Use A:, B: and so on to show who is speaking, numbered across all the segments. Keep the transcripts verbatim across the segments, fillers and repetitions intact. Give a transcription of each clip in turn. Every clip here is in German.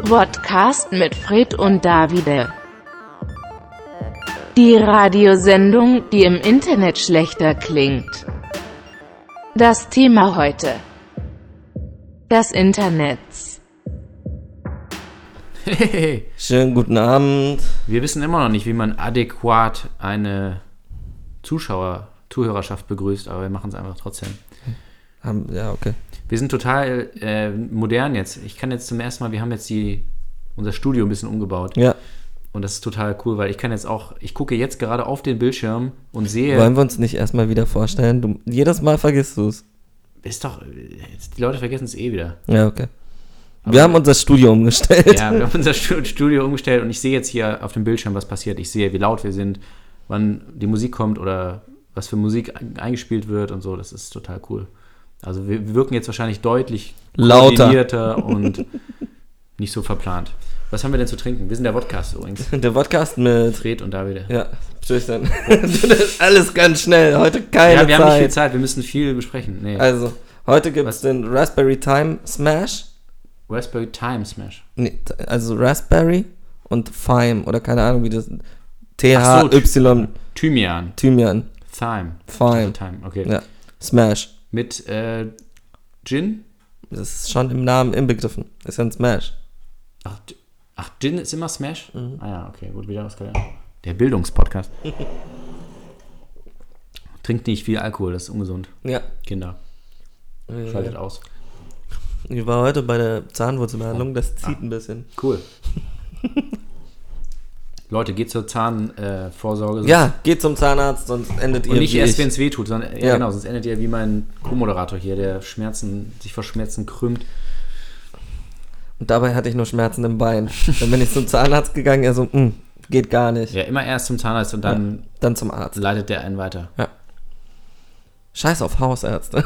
A: Podcast mit Fred und Davide. Die Radiosendung, die im Internet schlechter klingt. Das Thema heute: das Internet.
B: Hey.
C: Schönen guten Abend.
B: Wir wissen immer noch nicht, wie man adäquat eine Zuschauer, Zuhörerschaft begrüßt, aber wir machen es einfach trotzdem.
C: Ja, okay.
B: Wir sind total äh, modern jetzt. Ich kann jetzt zum ersten Mal, wir haben jetzt die, unser Studio ein bisschen umgebaut.
C: Ja.
B: Und das ist total cool, weil ich kann jetzt auch, ich gucke jetzt gerade auf den Bildschirm und sehe...
C: Wollen wir uns nicht erstmal wieder vorstellen? Du, jedes Mal vergisst du es.
B: Ist doch, die Leute vergessen es eh wieder.
C: Ja, okay. Aber wir haben unser Studio umgestellt.
B: Ja, wir haben unser Studio umgestellt und ich sehe jetzt hier auf dem Bildschirm, was passiert. Ich sehe, wie laut wir sind, wann die Musik kommt oder was für Musik eingespielt wird und so. Das ist total cool. Also wir wirken jetzt wahrscheinlich deutlich koordinierter und nicht so verplant. Was haben wir denn zu trinken? Wir sind der Podcast übrigens.
C: Der Podcast mit
B: Fred und Davide.
C: Ja, tschüss. Alles ganz schnell. Heute keine Zeit.
B: Ja, wir Zeit. haben nicht viel Zeit. Wir müssen viel besprechen. Nee.
C: Also, heute gibt es den Raspberry Thyme Smash.
B: Raspberry Thyme Smash?
C: Nee, also Raspberry und Thyme oder keine Ahnung, wie das... T H Y.
B: Thymian.
C: Thymian.
B: Thyme.
C: Thyme.
B: Thyme, okay.
C: Ja, Smash.
B: Mit äh, Gin?
C: Das ist schon im Namen inbegriffen. Das ist ja ein Smash.
B: Ach, ach Gin ist immer Smash?
C: Mhm.
B: Ah ja, okay, gut, wieder was gelernt. Der Bildungspodcast. Trinkt nicht viel Alkohol, das ist ungesund.
C: Ja.
B: Kinder.
C: Ja.
B: Schaltet aus.
C: Ich war heute bei der Zahnwurzelbehandlung, das zieht ah. ein bisschen.
B: Cool. Leute, geht zur Zahnvorsorge. Äh,
C: ja, geht zum Zahnarzt, sonst endet ihr
B: Und nicht
C: wie
B: erst,
C: ich.
B: wenn es weh tut, sondern ja,
C: ja.
B: genau, sonst endet ihr wie mein Co-Moderator hier, der Schmerzen, sich vor Schmerzen krümmt.
C: Und dabei hatte ich nur Schmerzen im Bein. Dann bin ich zum Zahnarzt gegangen, er so, mh, geht gar nicht.
B: Ja, immer erst zum Zahnarzt und dann,
C: ja, dann zum Arzt.
B: Leitet der einen weiter.
C: Ja. Scheiß auf Hausärzte.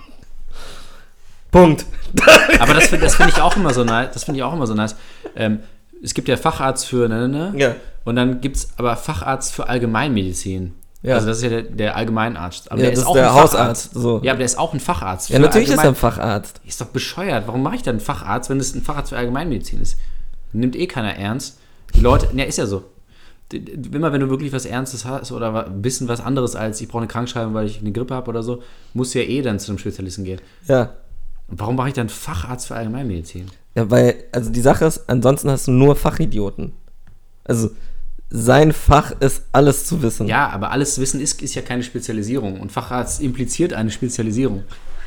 C: Punkt.
B: Aber das, das finde ich auch immer so nice. Das finde ich auch immer so nice. Ähm, es gibt ja Facharzt für ne, ne,
C: ja.
B: Und dann gibt es aber Facharzt für Allgemeinmedizin.
C: Ja.
B: Also das ist ja der, der Allgemeinarzt. Aber
C: ja,
B: der
C: das
B: ist auch
C: der
B: ein
C: Hausarzt. So.
B: Ja, aber der ist auch ein Facharzt. Für
C: ja, natürlich
B: Allgemein-
C: ist er ein Facharzt.
B: Ist doch bescheuert. Warum mache ich dann einen Facharzt, wenn es ein Facharzt für Allgemeinmedizin ist? Nimmt eh keiner ernst. Die Leute, ja, ist ja so. Immer wenn du wirklich was Ernstes hast oder ein bisschen was anderes als ich brauche eine Krankschreibung, weil ich eine Grippe habe oder so, musst du ja eh dann zu einem Spezialisten gehen.
C: Ja.
B: Und warum mache ich dann Facharzt für Allgemeinmedizin?
C: Ja, weil, also die Sache ist, ansonsten hast du nur Fachidioten. Also, sein Fach ist alles zu wissen.
B: Ja, aber alles Wissen ist, ist ja keine Spezialisierung. Und Facharzt impliziert eine Spezialisierung.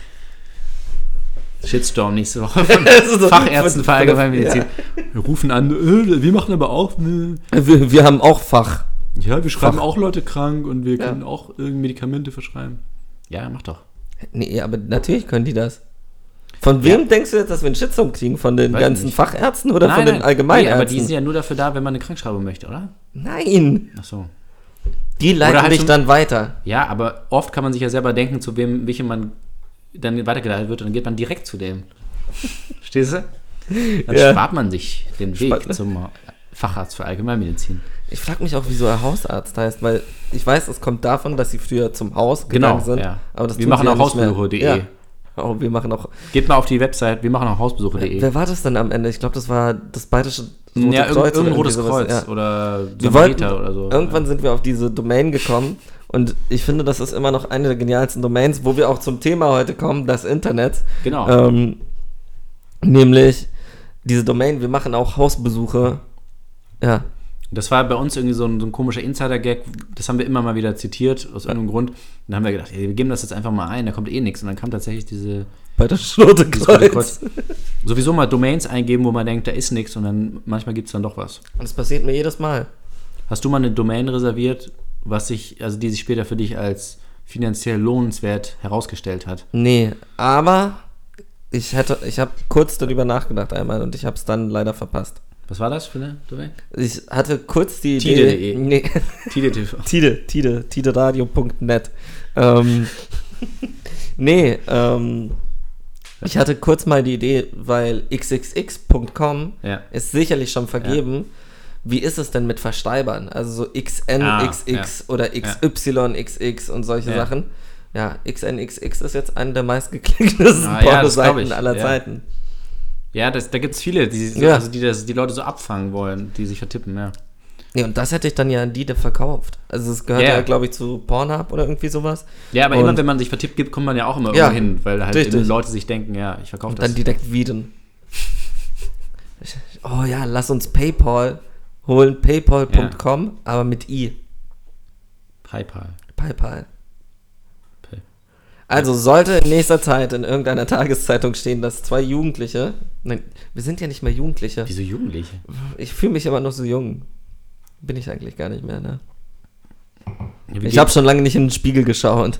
B: Shitstorm nächste Woche von so Fachärzten für Allgemeinmedizin. Ja. Wir rufen an, äh, wir machen aber auch... Ne.
C: Wir, wir haben auch Fach.
B: Ja, wir schreiben
C: Fach.
B: auch Leute krank und wir
C: ja.
B: können auch irgendeine Medikamente verschreiben. Ja, mach doch.
C: Nee, aber natürlich können die das. Von wem ja. denkst du jetzt, dass wir einen Shitstorm kriegen? Von den
B: Weiß
C: ganzen
B: nicht.
C: Fachärzten oder
B: nein,
C: von den
B: nein.
C: Allgemeinärzten?
B: Nee, aber die sind ja nur dafür da, wenn man eine Krankschreibung möchte, oder?
C: Nein.
B: Ach so.
C: Die leiten
B: halt
C: dich
B: so,
C: dann weiter.
B: Ja, aber oft kann man sich ja selber denken, zu wem, welchem man dann weitergeleitet wird und dann geht man direkt zu dem. Verstehst du? Dann
C: ja.
B: spart man sich den Weg
C: Spart.
B: zum Facharzt für Allgemeinmedizin.
C: Ich frage mich auch, wieso er Hausarzt heißt, weil ich weiß, es kommt davon, dass sie früher zum Haus
B: genau,
C: gegangen sind.
B: Ja.
C: Aber das
B: wir machen
C: ja
B: auch Hausbesuche punkt de.
C: Ja. Oh, wir machen auch.
B: Geht mal auf die Website, wir machen auch Hausbesuche punkt de.
C: Wer war das denn am Ende? Ich glaube, das war das bayerische Rote
B: ja,
C: Kreuz.
B: Irgendein Rotes
C: sowas.
B: Kreuz
C: ja.
B: oder
C: Samariter
B: oder so.
C: Irgendwann
B: ja.
C: sind wir auf diese Domain gekommen und ich finde, das ist immer noch eine der genialsten Domains, wo wir auch zum Thema heute kommen, das Internet.
B: Genau.
C: Ähm, nämlich diese Domain, wir machen auch Hausbesuche. Ja.
B: Das war bei uns irgendwie so ein, so ein komischer Insider-Gag, das haben wir immer mal wieder zitiert, aus irgendeinem Grund. Und dann haben wir gedacht, ey, wir geben das jetzt einfach mal ein, da kommt eh nichts. Und dann kam tatsächlich diese...
C: Bei der Rote Kreuz.
B: Kreuz. Sowieso mal Domains eingeben, wo man denkt, da ist nichts und dann manchmal gibt es dann doch was.
C: Und das passiert mir jedes Mal.
B: Hast du mal eine Domain reserviert, was sich, also die sich später für dich als finanziell lohnenswert herausgestellt hat?
C: Nee, aber ich hätte, ich habe kurz darüber nachgedacht einmal und ich habe es dann leider verpasst.
B: Was war das für eine Domain?
C: Ich hatte kurz die
B: Tide
C: Idee.
B: Tide.de.
C: Nee.
B: Tide T V.
C: Tide, Tide, tideradio punkt net. Ähm, nee, ähm, ich hatte kurz mal die Idee, weil x x x punkt com
B: ja.
C: ist sicherlich schon vergeben. Ja. Wie ist es denn mit Versteibern? Also so X N X X ah, ja. oder X Y X X und solche ja. Sachen. Ja, X N X X ist jetzt eine der meistgeklicktesten
B: ah,
C: Pornoseiten
B: ja,
C: aller
B: ja.
C: Zeiten.
B: Ja, das, da gibt es viele, die, so,
C: Ja.
B: also die das, die Leute so abfangen wollen, die sich vertippen, ja.
C: Nee, und das hätte ich dann ja an die verkauft. Also es gehört
B: Ja.
C: ja, glaube ich, zu Pornhub oder irgendwie sowas.
B: Ja, aber
C: Und-
B: immer wenn man sich vertippt gibt, kommt man ja auch immer
C: Ja,
B: irgendwo hin, weil halt
C: richtig.
B: eben Leute sich denken, ja, ich verkaufe
C: Und
B: das.
C: dann direkt wieden. Oh ja, lass uns PayPal holen, paypal punkt com, aber mit I.
B: PayPal.
C: PayPal.
B: Pay.
C: Also sollte in nächster Zeit in irgendeiner Tageszeitung stehen, dass zwei Jugendliche, nein, wir sind ja nicht mehr Jugendliche.
B: Wieso Jugendliche?
C: Ich fühle mich immer noch so jung. Bin ich eigentlich gar nicht mehr, ne?
B: Ja, wir
C: Ich habe schon lange nicht in den Spiegel geschaut.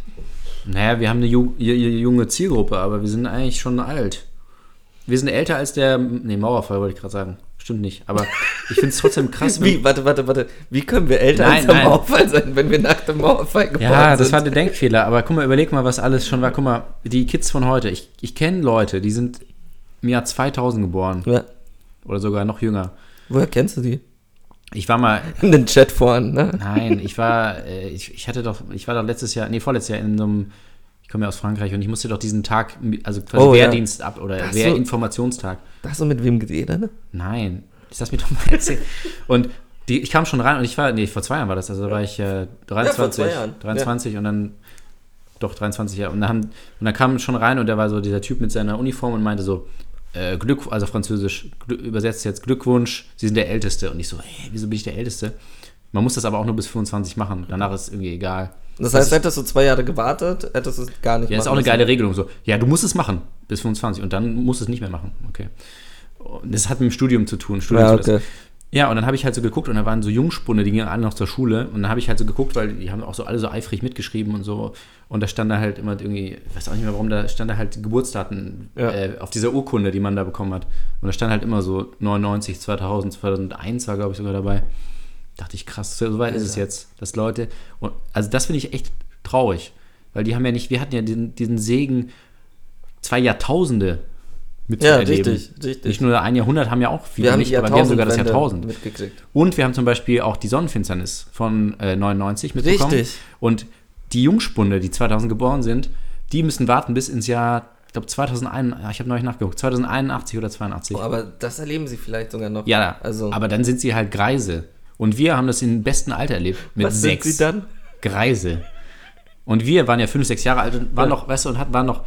B: Naja, wir haben eine ju ju junge Zielgruppe, aber wir sind eigentlich schon alt. Wir sind älter als der, nee, Mauerfall wollte ich gerade sagen. Stimmt nicht, aber ich finde es trotzdem krass. wenn-
C: Wie, warte, warte, warte. Wie können wir älter
B: Nein,
C: als der
B: nein.
C: Mauerfall sein, wenn wir nach dem Mauerfall geboren
B: Ja,
C: sind?
B: das war der Denkfehler, aber guck mal, überleg mal, was alles schon war. Guck mal, die Kids von heute, ich, ich kenne Leute, die sind im Jahr zweitausend geboren
C: Ja.
B: oder sogar noch jünger.
C: Woher kennst du die?
B: Ich war mal,
C: In den Chat vorne, ne?
B: nein, ich war, äh, ich, ich hatte doch, ich war doch letztes Jahr, nee, vorletztes Jahr in so einem, ich komme ja aus Frankreich und ich musste doch diesen Tag, also quasi
C: Oh, ja.
B: Wehrdienst ab oder
C: Ach so.
B: Wehrinformationstag.
C: Da hast du mit wem geredet, ne?
B: Nein, ich lass mir doch mal erzählen. Und die, ich kam schon rein und ich war, nee, vor zwei Jahren war das, also da war ich äh, dreiundzwanzig,
C: Ja, vor zwei Jahren.
B: dreiundzwanzig und dann, doch dreiundzwanzig Jahre. Und dann, haben, und dann kam schon rein und da war so dieser Typ mit seiner Uniform und meinte so, äh, Glück, also französisch, Glück, übersetzt jetzt Glückwunsch, Sie sind der Älteste. Und ich so, hey, wieso bin ich der Älteste? Man muss das aber auch nur bis fünfundzwanzig machen, danach ist irgendwie egal.
C: Das heißt, hättest du zwei Jahre gewartet, hättest du es gar nicht
B: Ja, ist
C: machen
B: auch eine
C: müssen.
B: geile Regelung. So, ja, du musst es machen bis fünfundzwanzig und dann musst du es nicht mehr machen. Okay. Und das hat mit dem Studium zu tun. Studium
C: Ja,
B: zu lassen.
C: okay.
B: Ja, und dann habe ich halt so geguckt und da waren so Jungspunde, die gingen alle noch zur Schule und dann habe ich halt so geguckt, weil die haben auch so alle so eifrig mitgeschrieben und so und da stand da halt immer irgendwie, ich weiß auch nicht mehr warum, da stand da halt die Geburtsdaten
C: Ja.
B: äh, auf dieser Urkunde, die man da bekommen hat und da stand halt immer so neunundneunzig, zweitausend, zweitausendeins war glaube ich sogar dabei. Dachte ich, krass, so weit ist es jetzt, dass Leute, und, also das finde ich echt traurig, weil die haben ja nicht, wir hatten ja diesen, diesen Segen, zwei Jahrtausende
C: Ja,
B: mitzuerleben.
C: richtig, richtig.
B: Nicht nur ein Jahrhundert haben ja auch viele
C: wir haben
B: nicht,
C: die
B: aber wir haben sogar das
C: Jahrtausendwende
B: Jahrtausend.
C: mitgekriegt.
B: Und wir haben zum Beispiel auch die Sonnenfinsternis von äh, neunundneunzig mitbekommen.
C: Richtig.
B: Und die Jungspunde, die zweitausend geboren sind, die müssen warten bis ins Jahr, ich glaube zweitausendeins, ich habe neulich nachgeguckt, zweitausendeinundachtzig oder zweiundachtzig.
C: Oh, aber das erleben sie vielleicht sogar noch.
B: Ja,
C: also
B: aber dann sind sie halt Greise. Und wir haben das im besten Alter erlebt, mit
C: was sind
B: sechs.
C: sie dann?
B: Greise. Und wir waren ja fünf, sechs Jahre alt und waren
C: Ja.
B: noch, weißt du, und hatten, waren noch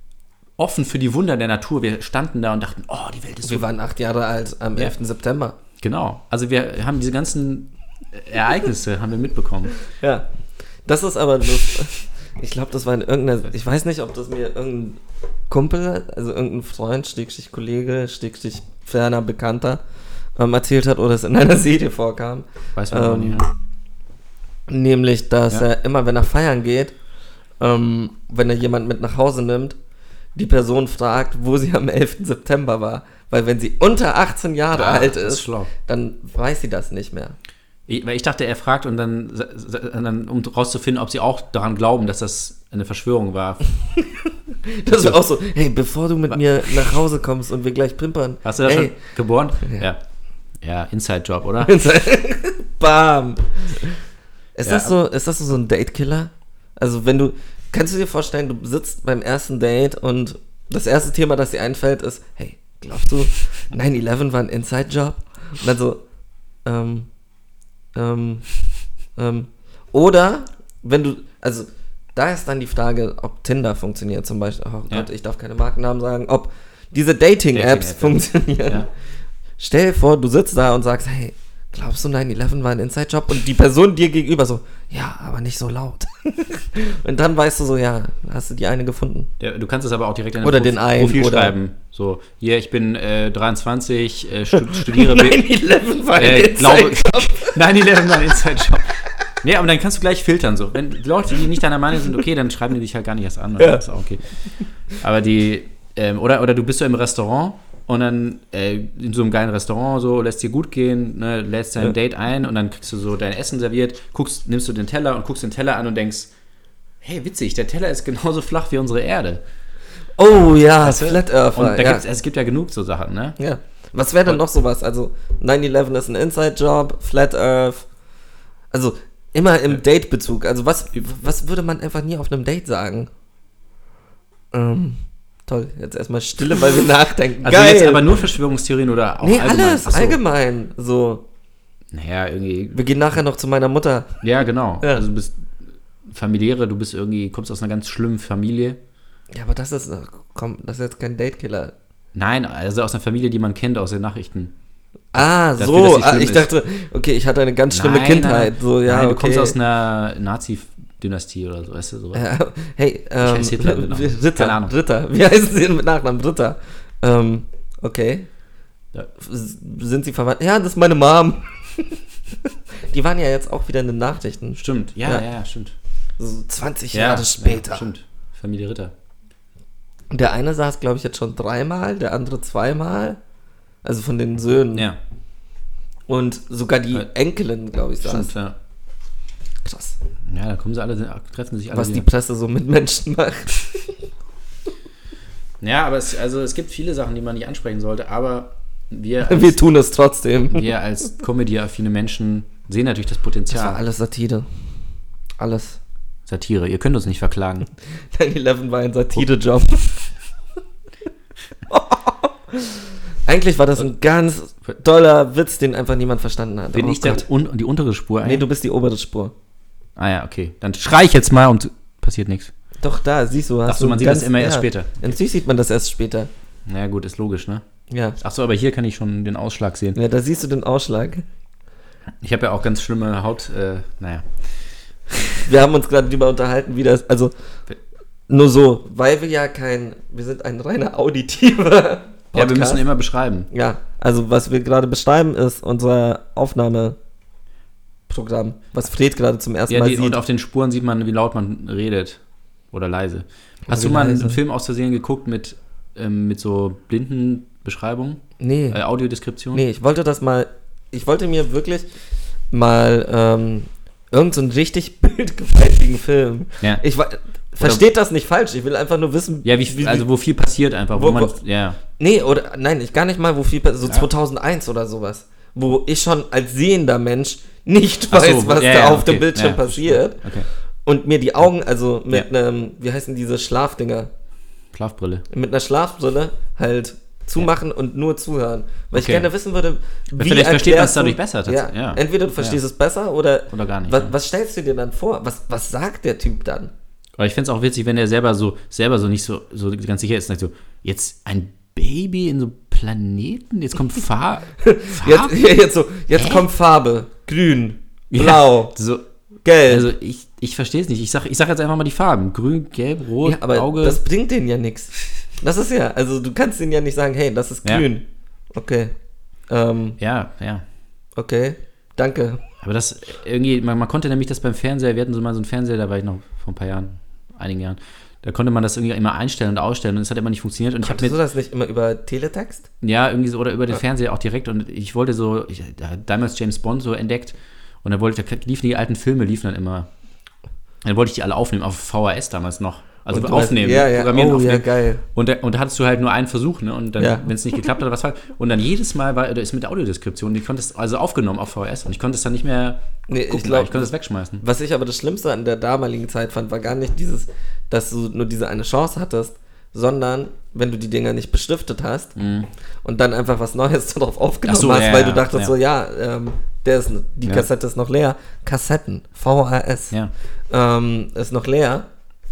B: offen für die Wunder der Natur. Wir standen da und dachten, oh, die Welt ist so.
C: Wir waren acht Jahre alt am
B: Ja.
C: elften September.
B: Genau. Also wir haben diese ganzen Ereignisse haben wir mitbekommen.
C: Ja. Das ist aber, das, ich glaube, das war in irgendeiner, ich weiß nicht, ob das mir irgendein Kumpel, also irgendein Freund, Stickstich Kollege, Stickstich ferner Bekannter ähm, erzählt hat oder es in einer Serie vorkam.
B: Weiß man aber
C: Ähm,
B: nicht. Ja.
C: Nämlich, dass
B: Ja.
C: er immer, wenn er feiern geht, ähm, wenn er jemand mit nach Hause nimmt, die Person fragt, wo sie am elften September war. Weil wenn sie unter achtzehn Jahre
B: Ah,
C: alt
B: das ist
C: ist,
B: schlau.
C: dann weiß sie das nicht mehr.
B: Ich, weil ich dachte, er fragt und dann, und dann, um rauszufinden, ob sie auch daran glauben, dass das eine Verschwörung war.
C: Das wäre auch so, hey, bevor du mit mir nach Hause kommst und wir gleich pimpern.
B: Hast du da
C: hey,
B: schon geboren?
C: Ja.
B: Ja. Ja, Inside-Job, oder?
C: Bam. Ist,
B: Ja,
C: das so, ist das so ein Date-Killer? Also wenn du, kannst du dir vorstellen, du sitzt beim ersten Date und das erste Thema, das dir einfällt, ist, hey, glaubst du, nine eleven war ein Inside-Job? Und dann so, ähm, ähm, ähm, oder wenn du, also da ist dann die Frage, ob Tinder funktioniert zum Beispiel. Oh
B: Ja.
C: Gott, ich darf keine Markennamen sagen. Ob diese Dating-Apps
B: Dating-App,
C: funktionieren.
B: Ja.
C: Stell dir vor, du sitzt da und sagst, hey, glaubst du, nine eleven war ein Inside-Job? Und die Person dir gegenüber so, ja, aber nicht so laut. Und dann weißt du so, ja, hast du die eine gefunden.
B: Ja, du kannst es aber auch direkt in dein
C: Oder
B: Prof-
C: den einen,
B: Profil
C: oder-
B: schreiben. So, hier, ich bin äh, dreiundzwanzig, äh, stu studiere...
C: nine eleven war ein
B: äh, glaube,
C: Inside-Job.
B: nine eleven war ein Inside-Job. Nee, aber dann kannst du gleich filtern. So. Wenn die Leute, die nicht deiner Meinung sind, okay, dann schreiben die dich halt gar nicht erst an.
C: Ja.
B: Das ist auch okay. Aber die, ähm, oder, oder du bist so im Restaurant und dann äh, in so einem geilen Restaurant, so, lässt dir gut gehen, ne, lädst dein
C: Ja.
B: Date ein und dann kriegst du so dein Essen serviert, guckst, nimmst du den Teller und guckst den Teller an und denkst, hey, witzig, der Teller ist genauso flach wie unsere Erde.
C: Oh ja,
B: Weißt du?
C: Flat
B: Und
C: Earther.
B: da
C: ja.
B: gibt's, es gibt ja genug so Sachen, ne?
C: ja. Was wäre denn noch sowas? Also nine eleven ist ein Inside-Job, Flat Earth. Also immer im Date-Bezug. Also was, was würde man einfach nie auf einem Date sagen? Ähm, Toll, jetzt erstmal Stille, weil wir nachdenken.
B: Also
C: Geil.
B: jetzt aber nur Verschwörungstheorien oder auch
C: nee,
B: allgemein?
C: alles,
B: Ach so.
C: allgemein. So.
B: Naja, irgendwie.
C: Wir gehen nachher noch zu meiner Mutter.
B: Ja, genau.
C: Ja.
B: Also du bist familiäre, du bist irgendwie, kommst aus einer ganz schlimmen Familie.
C: Ja, aber das ist, komm, das ist jetzt kein Datekiller.
B: Nein, also aus einer Familie, die man kennt aus den Nachrichten.
C: Ah,
B: Dafür,
C: so.
B: dass sie
C: Ah,
B: schlimm
C: ich
B: ist.
C: dachte, okay, ich hatte eine ganz schlimme
B: Nein,
C: Kindheit.
B: nein,
C: So, ja,
B: nein, du
C: okay.
B: kommst aus einer Nazi-Dynastie oder so, weißt du, sowas.
C: Äh, hey, ähm,
B: heiße Hitler mit Namen.
C: Ritter,
B: Keine Ahnung.
C: Ritter. Wie heißen sie denn mit Nachnamen? Ritter. Ähm, okay.
B: Ja.
C: S- Sind sie verwandt? Ja, das ist meine Mom. Die waren ja jetzt auch wieder in den Nachrichten.
B: Stimmt, ja,
C: Ja.
B: ja, ja, stimmt.
C: So zwanzig
B: Ja,
C: Jahre später.
B: Ja, stimmt. Familie Ritter.
C: Der eine saß, glaube ich, jetzt schon dreimal, der andere zweimal. Also von den Söhnen.
B: Ja,
C: Und sogar die
B: Äh,
C: Enkelin, glaube ich, saß.
B: stimmt, ja.
C: Krass.
B: Ja, da kommen sie alle, treffen sie sich alle
C: Was die
B: wieder.
C: Presse so mit Menschen macht.
B: Ja, aber es, also es gibt viele Sachen, die man nicht ansprechen sollte, aber wir als,
C: Wir tun es trotzdem.
B: wir als Comedy-affine Menschen sehen natürlich das
C: Das war
B: Potenzial.
C: alles Satire. Alles.
B: Satire, ihr könnt uns nicht verklagen.
C: neun elf war ein Satire-Job. Eigentlich war das ein ganz toller Witz, den einfach niemand verstanden hat.
B: Bin
C: Oh
B: ich der
C: Gott.
B: un, die untere Spur?
C: Nee, du bist die obere Spur.
B: Ah ja, okay. Dann schrei ich jetzt mal und passiert nichts.
C: Doch, da, siehst du. Hast
B: Ach so,
C: du
B: man sieht
C: ganz-
B: das immer erst
C: ja.
B: später.
C: Natürlich sieht man das erst später.
B: Na gut, ist logisch, ne?
C: Ja.
B: Ach so, aber hier kann ich schon den Ausschlag sehen.
C: Ja, da siehst du den Ausschlag.
B: Ich habe ja auch ganz schlimme Haut, äh, naja.
C: Wir haben uns gerade darüber unterhalten, wie das, also nur so, weil wir ja kein, wir sind ein reiner auditiver Podcast.
B: Ja, wir müssen immer beschreiben.
C: Ja, also was wir gerade beschreiben ist unser Aufnahmeprogramm, was Fred gerade zum ersten
B: Ja,
C: Mal
B: die,
C: sieht.
B: und auf den Spuren sieht man, wie laut man redet. Oder leise. Hast
C: wie
B: du mal
C: leise?
B: einen Film aus Versehen geguckt mit, ähm, mit so blinden Beschreibungen?
C: nee,
B: Äh, Audiodeskription?
C: nee, ich wollte das mal, ich wollte mir wirklich mal ähm, irgend so einen richtig bildgewaltigen Film.
B: Ja.
C: Ich wa- versteht das nicht falsch, ich will einfach nur wissen,
B: Ja, wie, also wo viel passiert einfach, wo,
C: Wo-
B: man,
C: wo-
B: ja.
C: nee, oder, nein, ich gar nicht mal, wo viel, so
B: Ja.
C: zweitausendeins oder sowas, wo ich schon als sehender Mensch nicht
B: Ach so,
C: weiß, was
B: ja,
C: da
B: ja,
C: auf
B: okay,
C: dem Bildschirm
B: ja,
C: passiert
B: Okay.
C: und mir die Augen, also mit
B: Ja.
C: einem, wie heißen diese Schlafdinger,
B: Schlafbrille.
C: mit einer Schlafbrille halt zumachen und nur zuhören. Weil ich
B: Okay.
C: gerne wissen würde, wie
B: vielleicht versteht man es
C: erklärst du-
B: dadurch besser, tats-
C: Ja,
B: ja.
C: entweder du verstehst
B: Ja.
C: es besser oder,
B: Oder gar nicht,
C: Was,
B: ja.
C: was stellst du dir dann vor? Was, was sagt der Typ dann?
B: Aber ich finde es auch witzig, wenn er selber so, selber so nicht so, so ganz sicher ist. Sagt so, jetzt ein Baby in so Planeten? Jetzt kommt Farbe.
C: Jetzt, jetzt so, jetzt
B: Hä?
C: kommt Farbe, grün, blau,
B: So,
C: gelb.
B: also ich, ich verstehe es nicht. Ich sag, ich sag jetzt einfach mal die Farben. Grün, gelb, rot,
C: ja, aber
B: Auge.
C: das bringt denen ja nichts. Das ist ja, also du kannst denen ja nicht sagen, hey, das ist
B: Ja.
C: grün. Okay. Ähm,
B: ja, ja.
C: okay. Danke.
B: Aber das irgendwie, man, man konnte nämlich das beim Fernseher, wir hatten so mal so einen Fernseher, da war ich noch vor ein paar Jahren, einigen Jahren, da konnte man das irgendwie immer einstellen und ausstellen und es hat immer nicht funktioniert und ich habe
C: Konntest
B: mir,
C: du das nicht immer über Teletext?
B: ja, irgendwie so, oder über den Fernseher auch direkt und ich wollte so, ich, da hat damals James Bond so entdeckt und dann wollte ich, da liefen die alten Filme, liefen dann immer, dann wollte ich die alle aufnehmen, auf V H S damals noch. Also
C: Und du hast-
B: aufnehmen,
C: ja, ja.
B: programmieren,
C: Oh, ja,
B: aufnehmen.
C: geil.
B: Und da, und da hattest du halt nur einen Versuch, ne? Und dann,
C: Ja.
B: wenn es nicht geklappt hat, was war. Und dann jedes Mal war, da ist mit der Audiodeskription, die konntest also aufgenommen auf V H S und ich konnte es dann nicht mehr
C: Nee, ich
B: gucken,
C: glaub-
B: ich konnte es wegschmeißen.
C: Was ich aber das Schlimmste an der damaligen Zeit fand, war gar nicht dieses, dass du nur diese eine Chance hattest, sondern wenn du die Dinger nicht beschriftet hast und dann einfach was Neues darauf aufgenommen
B: Ach so,
C: hast,
B: ja,
C: weil
B: ja,
C: du dachtest
B: ja.
C: so, ja, ähm, der ist, die
B: Ja.
C: Kassette ist noch leer. Kassetten, V H S,
B: Ja.
C: ähm, ist noch leer.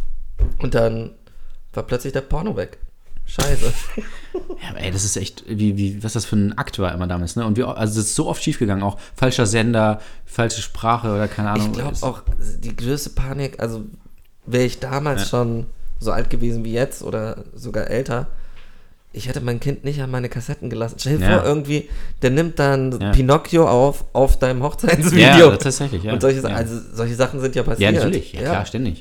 C: Und dann war plötzlich der Porno weg. Scheiße.
B: Ja, aber ey, das ist echt, wie, wie, was das für ein Akt war immer damals, ne? Und wir, also es ist so oft schiefgegangen, auch falscher Sender, falsche Sprache oder keine Ahnung.
C: Ich glaube
B: Es-
C: auch, die größte Panik, also wäre ich damals
B: Ja.
C: schon so alt gewesen wie jetzt oder sogar älter, ich hätte mein Kind nicht an meine Kassetten gelassen. Stell dir
B: Ja.
C: vor, irgendwie, der nimmt dann
B: Ja.
C: Pinocchio auf, auf deinem Hochzeitsvideo.
B: Ja, tatsächlich, ja.
C: Und solche, Sa-
B: ja.
C: also, solche Sachen sind ja
B: Ja,
C: passiert.
B: natürlich, ja, klar, ständig.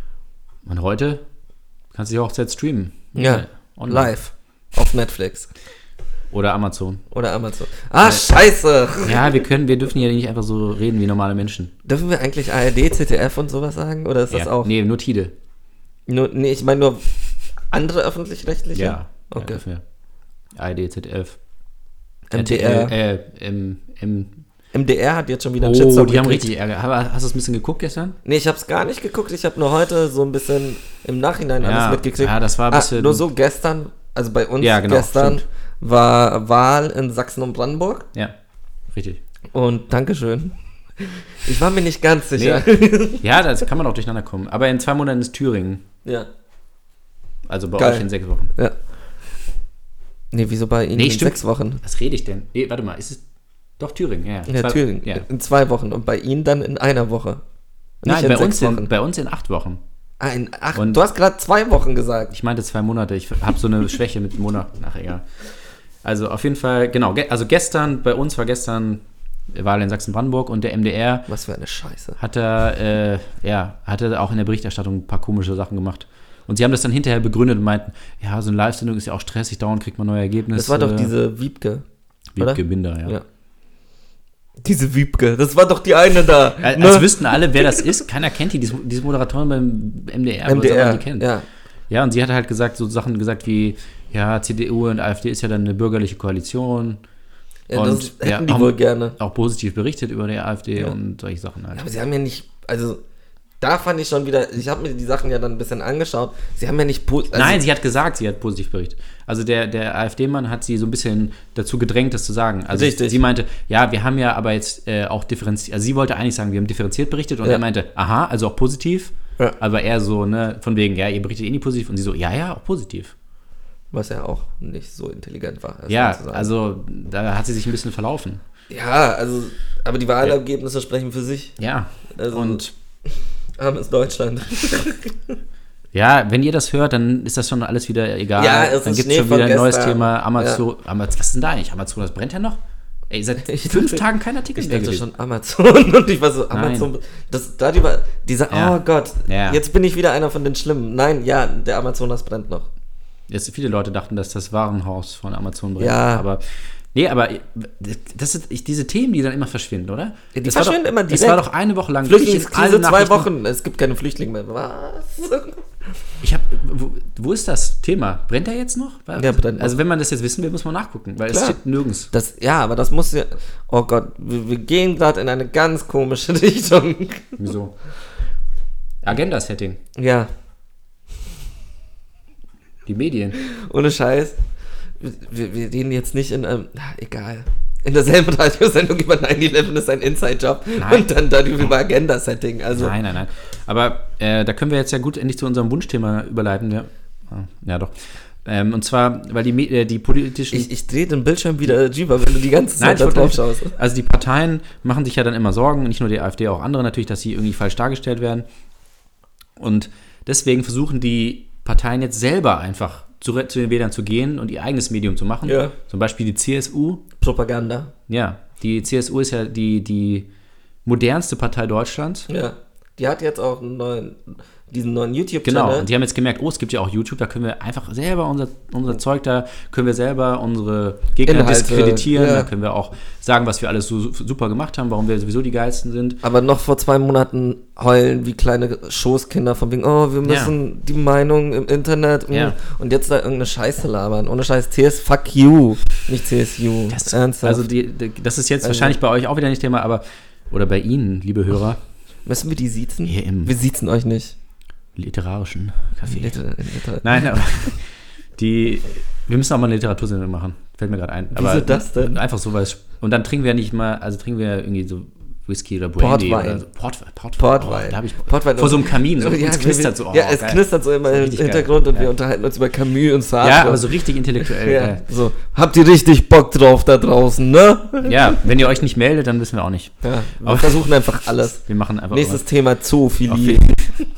B: Und heute kannst du die Hochzeit streamen.
C: Ja,
B: online.
C: live. Auf Netflix
B: Oder Amazon.
C: oder Amazon. Ah, scheiße!
B: Ja, wir können, wir dürfen ja nicht einfach so reden wie normale Menschen.
C: Dürfen wir eigentlich A R D, Z D F und sowas sagen? Oder ist das
B: ja.
C: auch?
B: Nee, nur Tide.
C: Nur, nee, ich meine nur andere öffentlich-rechtliche?
B: Ja.
C: Okay.
B: Ja, A R D, Z D F.
C: M D R.
B: Äh, M, M,
C: M D R hat jetzt schon wieder einen
B: Oh,
C: Shitstorm
B: die haben
C: gekriegt.
B: richtig Ärger. Aber hast du es ein bisschen geguckt gestern?
C: Nee, ich habe es gar nicht geguckt. Ich habe nur heute so ein bisschen im Nachhinein
B: Ja,
C: alles mitgekriegt.
B: ja, das war ein
C: Ah,
B: bisschen-
C: nur so gestern, also bei uns
B: Ja, genau,
C: gestern
B: stimmt.
C: war Wahl in Sachsen und Brandenburg.
B: Ja, richtig.
C: Und Dankeschön. Ich war mir nicht ganz sicher.
B: Ja, das kann man auch durcheinander kommen. Aber in zwei Monaten ist Thüringen.
C: Ja.
B: Also bei
C: Geil.
B: euch in sechs Wochen.
C: Ja. Nee, wieso bei Ihnen
B: Nee,
C: in
B: stimmt.
C: sechs Wochen?
B: Was rede ich denn? Nee, warte mal, ist es doch Thüringen? Ja,
C: Ja,
B: Zwei-
C: Thüringen.
B: Ja.
C: In zwei Wochen. Und bei Ihnen dann in einer Woche. Nicht
B: Nein,
C: in
B: bei
C: sechs
B: uns, in,
C: Wochen.
B: bei uns in acht Wochen.
C: Ah, in acht.
B: Und-
C: Du hast gerade zwei Wochen gesagt.
B: Ich meinte zwei Monate. Ich habe so eine Schwäche mit Monaten. Ach, egal. Also auf jeden Fall, genau. ge- Also gestern, bei uns war gestern Wahl in Sachsen-Brandenburg und der M D R
C: Was für eine Scheiße.
B: hat er, äh, ja, hatte auch in der Berichterstattung ein paar komische Sachen gemacht. Und sie haben das dann hinterher begründet und meinten, ja, so eine Live-Sendung ist ja auch stressig, dauernd kriegt man neue Ergebnisse.
C: Das war doch diese Wiebke.
B: Wiebke
C: oder?
B: Binder, ja.
C: Ja. Diese Wiebke. Das war doch die eine da.
B: Als,
C: ne?
B: als wüssten alle, wer das ist. Keiner kennt die, diese, diese Moderatorin beim M D R.
C: M D
B: soll man
C: R.
B: die kennen?
C: Ja.
B: Ja, und sie hat halt gesagt, so Sachen gesagt wie, ja, C D U und AfD ist ja dann eine bürgerliche Koalition.
C: Ja,
B: Und,
C: das hätten
B: ja,
C: die
B: auch-
C: wohl gerne.
B: Auch positiv berichtet über die AfD
C: Ja.
B: und solche Sachen halt.
C: Aber sie haben ja nicht, also da fand ich schon wieder, ich habe mir die Sachen ja dann ein bisschen angeschaut, sie haben ja nicht, po- also,
B: Nein, sie hat gesagt, sie hat positiv berichtet. Also der, der AfD-Mann hat sie so ein bisschen dazu gedrängt, das zu sagen. Also
C: Richtig.
B: sie meinte, ja, wir haben ja aber jetzt äh, auch differenziert, also sie wollte eigentlich sagen, wir haben differenziert berichtet und
C: Ja.
B: er meinte, aha, also auch positiv.
C: Ja.
B: Aber eher so, ne, von wegen, ja, ihr berichtet eh nicht positiv und sie so, ja, ja, auch positiv.
C: was ja auch nicht so intelligent war. das
B: Ja,
C: zu sagen.
B: also da hat sie sich ein bisschen verlaufen.
C: Ja, also, aber die Wahlergebnisse sprechen für sich.
B: Ja,
C: Also,
B: und
C: armes Deutschland.
B: ja, wenn ihr das hört, dann ist das schon alles wieder egal.
C: Ja, es
B: dann
C: ist
B: gibt es
C: Schnee
B: schon
C: von
B: wieder ein neues
C: gestern.
B: Thema. Amazon, Amazon, was ist denn da eigentlich? Amazon, das brennt ja noch? Ey, seit
C: Ich
B: fünf
C: dachte-
B: Tagen kein Artikel
C: Ich
B: mehr
C: dachte
B: gewesen.
C: schon Amazon und ich war so, Amazon, das, darüber, dieser,
B: Ja.
C: oh Gott,
B: Ja.
C: jetzt bin ich wieder einer von den Schlimmen. Nein, ja, der Amazonas brennt noch.
B: Jetzt viele Leute dachten, dass das Warenhaus von Amazon brennt.
C: Ja.
B: Aber, nee, aber das sind ich, diese Themen, die dann immer verschwinden, oder?
C: Ja, die
B: Das war
C: verschwinden
B: doch,
C: immer
B: Das
C: direkt.
B: war doch eine Woche lang. wirklich in
C: Flüchtlingskrise
B: allen
C: zwei
B: Nachrichten.
C: Wochen, es gibt keine Flüchtlinge mehr. Was?
B: Ich hab, wo, wo ist das Thema? Brennt er jetzt noch?
C: Ja, brennt noch.
B: Also wenn man das jetzt wissen will, muss man nachgucken, weil es
C: Klar.
B: steht nirgends.
C: Das, ja, aber das muss ja, oh Gott, wir, wir gehen gerade in eine ganz komische Richtung.
B: Wieso? Agenda-Setting.
C: Ja,
B: Die Medien.
C: ohne Scheiß. Wir, wir reden jetzt nicht in einem, na, egal, in derselben Radiosendung über neun elf ist ein Inside-Job
B: Nein.
C: und dann darüber über Agenda-Setting. Also,
B: Nein, nein, nein. Aber äh, da können wir jetzt ja gut endlich zu unserem Wunschthema überleiten. Ja, ja doch. Ähm, und zwar, weil die, Me- äh, die politischen...
C: ich, ich drehe den Bildschirm wieder drüber, wenn du die ganze
B: Nein,
C: Zeit
B: ich
C: da
B: wollte
C: drauf
B: nicht-
C: schaust.
B: Also die Parteien machen sich ja dann immer Sorgen, nicht nur die AfD, auch andere natürlich, dass sie irgendwie falsch dargestellt werden. Und deswegen versuchen die Parteien jetzt selber einfach zu, zu den Wählern zu gehen und ihr eigenes Medium zu machen.
C: Ja.
B: Zum Beispiel die C S U.
C: Propaganda.
B: Ja, die C S U ist ja die, die modernste Partei Deutschlands.
C: Ja. Die hat jetzt auch einen neuen, diesen neuen
B: Genau,
C: YouTube-Channel.
B: und die haben jetzt gemerkt, oh, es gibt ja auch YouTube, da können wir einfach selber unser, unser Zeug, da können wir selber unsere Gegner
C: Inhalte,
B: diskreditieren,
C: ja.
B: da können wir auch sagen, was wir alles so so super gemacht haben, warum wir sowieso die Geilsten sind.
C: Aber noch vor zwei Monaten heulen wie kleine Schoßkinder von wegen, oh, wir müssen die Meinung im Internet mm,
B: Ja.
C: und jetzt da irgendeine Scheiße labern. Ohne Scheiß, T S, fuck you, nicht C S U.
B: Das,
C: Ernsthaft.
B: also die, die, das ist jetzt
C: Also-
B: wahrscheinlich bei euch auch wieder nicht Thema, aber oder bei Ihnen, liebe Hörer,
C: Müssen wir die siezen?
B: Hier im-
C: wir siezen euch nicht.
B: literarischen Café.
C: Liter- Liter-
B: Nein, aber die, wir müssen auch mal eine Literatursendung machen, fällt mir gerade ein. Aber
C: Wieso das denn?
B: Einfach so, weil es, und dann trinken wir nicht mal, also trinken wir irgendwie so Whisky oder Brandy
C: Portwein.
B: oder so. Portwein. Portwein.
C: Portwein.
B: Oh, da hab ich
C: Portwein.
B: vor so einem Kamin, so,
C: ja,
B: es knistert so. Oh,
C: ja, es
B: geil.
C: knistert so immer im
B: Richtig geil.
C: Hintergrund und wir
B: Ja.
C: unterhalten uns über Camus und Sartre.
B: Ja, aber so richtig intellektuell.
C: ja,
B: Ja.
C: so. Habt ihr richtig Bock drauf da draußen, ne?
B: ja, wenn ihr euch nicht meldet, dann wissen wir auch nicht.
C: Ja, wir
B: Aber-
C: versuchen einfach alles.
B: Wir machen einfach
C: Nächstes
B: immer.
C: Thema
B: Auf
C: Zoophilie.
B: jeden-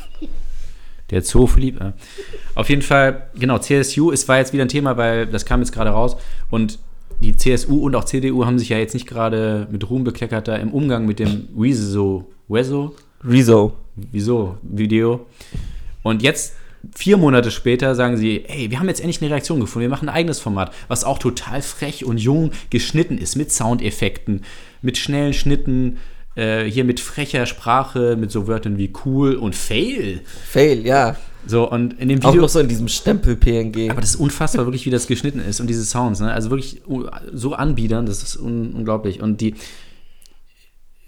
B: Der Zoophilipp. Ja. Auf jeden Fall, genau, C S U, es war jetzt wieder ein Thema, weil das kam jetzt gerade raus und die C S U und auch C D U haben sich ja jetzt nicht gerade mit Ruhm bekleckert da im Umgang mit dem Wieso, Weso,
C: Rezo.
B: wieso, Video. Und jetzt, vier Monate später, sagen sie, hey, wir haben jetzt endlich eine Reaktion gefunden, wir machen ein eigenes Format, was auch total frech und jung geschnitten ist, mit Soundeffekten, mit schnellen Schnitten, äh, hier mit frecher Sprache, mit so Wörtern wie cool und fail.
C: Fail, ja.
B: So, und in dem
C: Auch
B: Video.
C: noch so in diesem Stempel-P N G.
B: Aber das ist unfassbar, wirklich, wie das geschnitten ist und diese Sounds, ne? Also wirklich uh, so anbiedern, das ist un- unglaublich. Und die,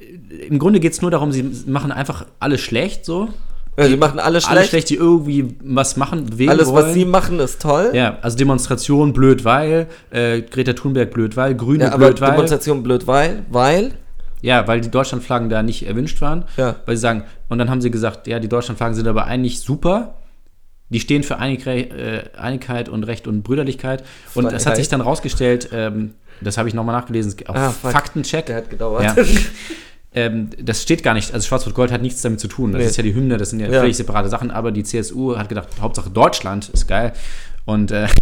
B: im Grunde geht es nur darum, sie machen einfach alles schlecht, so.
C: Ja, sie machen alles schlecht.
B: Alle schlecht, die irgendwie was machen, wegen
C: Alles,
B: wollen.
C: was sie machen, ist toll.
B: Ja, also Demonstration blöd, weil, äh, Greta Thunberg blöd, weil, Grüne
C: Ja, aber
B: blöd, weil.
C: Demonstration blöd, weil, weil.
B: Ja, weil die Deutschlandflaggen da nicht erwünscht waren.
C: Ja.
B: Weil sie sagen, und dann haben sie gesagt, ja, die Deutschlandflaggen sind aber eigentlich super. Die stehen für Einig, äh, Einigkeit und Recht und Brüderlichkeit. Und
C: Freiheit.
B: es hat sich dann rausgestellt, ähm, das habe ich nochmal nachgelesen, auf
C: Ah, fuck.
B: Faktencheck.
C: Der hat gedauert.
B: Ja. ähm, das steht gar nicht, also Schwarz-Rot-Gold hat nichts damit zu tun. Das
C: Nee.
B: ist ja die Hymne, das sind ja,
C: Ja.
B: völlig separate Sachen, aber die C S U hat gedacht, Hauptsache Deutschland ist geil. Und äh,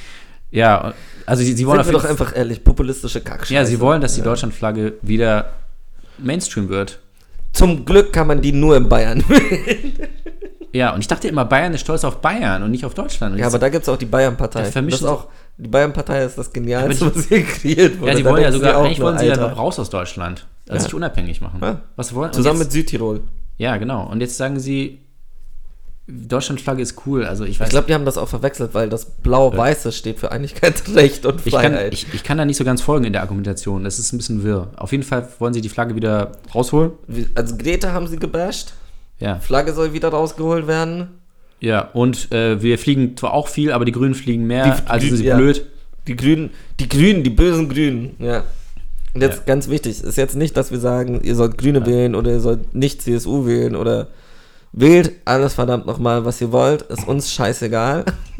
B: ja, also sie, sie wollen
C: Sind wir
B: auf
C: doch
B: jeden
C: einfach ehrlich, populistische Kackscheiße.
B: Ja, sie wollen, dass die
C: Ja.
B: Deutschlandflagge wieder Mainstream wird.
C: Zum Glück kann man die nur in Bayern wählen.
B: Ja, und ich dachte immer, Bayern ist stolz auf Bayern und nicht auf Deutschland. Und
C: Ja,
B: jetzt-
C: aber da gibt es auch die Bayern-Partei.
B: Da vermischen
C: Das ist auch, die Bayern-Partei ist das Genialste,
B: Aber
C: was hier kreiert wurde.
B: ja, sie
C: Da
B: wollen ja
C: denkst du
B: sogar,
C: auch
B: eigentlich
C: nur,
B: wollen sie ja
C: Alter.
B: raus aus Deutschland. Also
C: Ja.
B: sich unabhängig machen.
C: Ja.
B: Was wollen und
C: Zusammen
B: jetzt,
C: mit Südtirol.
B: Ja, genau. Und jetzt sagen sie, Deutschlandflagge ist cool. Also ich weiß
C: Ich glaube, die haben das auch verwechselt, weil das Blau-Weiße steht für Einigkeit, Recht und
B: ich kann,
C: Freiheit.
B: ich, ich kann da nicht so ganz folgen in der Argumentation. Das ist ein bisschen wirr. Auf jeden Fall wollen sie die Flagge wieder rausholen.
C: Wie- Also Greta haben sie gebasht.
B: Ja.
C: Flagge soll wieder rausgeholt werden.
B: Ja, und äh, wir fliegen zwar auch viel, aber die Grünen fliegen mehr,
C: Die-
B: also
C: die-
B: sind sie
C: ja.
B: blöd.
C: Die Grünen, die Grünen, die bösen Grünen, ja. Und jetzt
B: Ja.
C: ganz wichtig, ist jetzt nicht, dass wir sagen, ihr sollt Grüne
B: Ja.
C: wählen oder ihr sollt nicht C S U wählen oder wählt alles verdammt nochmal, was ihr wollt, ist uns scheißegal.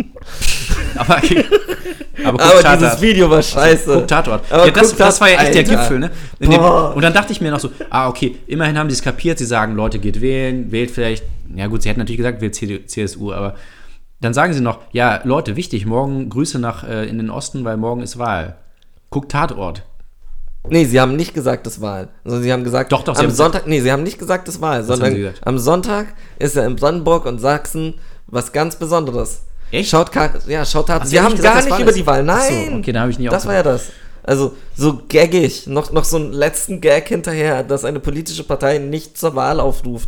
B: Aber, aber, guck
C: Aber
B: Tatort.
C: dieses Video war scheiße.
B: Guck Tatort.
C: Aber
B: Ja, das,
C: guck
B: das war ja echt der
C: Alter.
B: Gipfel, ne? In dem,
C: Boah.
B: und dann dachte ich mir noch so, ah, okay, immerhin haben sie es kapiert, sie sagen, Leute, geht wählen, wählt vielleicht, ja gut, sie hätten natürlich gesagt, wählt C S U, aber dann sagen sie noch, ja, Leute, wichtig, morgen Grüße nach äh, in den Osten, weil morgen ist Wahl. Guckt Tatort.
C: Nee, sie haben nicht gesagt, das Wahl. Also sie haben gesagt,
B: Doch, doch, sie
C: am
B: haben
C: Sonntag, nee, sie haben nicht gesagt, das Wahl,
B: haben
C: sondern
B: sie gesagt?
C: am Sonntag ist ja in Brandenburg und Sachsen was ganz Besonderes.
B: Echt?
C: Schaut, Ka- ja, schaut Tatort.
B: Ach, sie
C: Sie
B: haben
C: haben
B: nicht
C: gar
B: gesagt,
C: nicht
B: das
C: über
B: Wahl
C: die
B: ist.
C: Wahl,
B: Ach so,
C: nein.
B: okay, da habe ich nie
C: Das war ja das. Also so gaggig, noch, noch so einen letzten Gag hinterher, dass eine politische Partei nicht zur Wahl aufruft.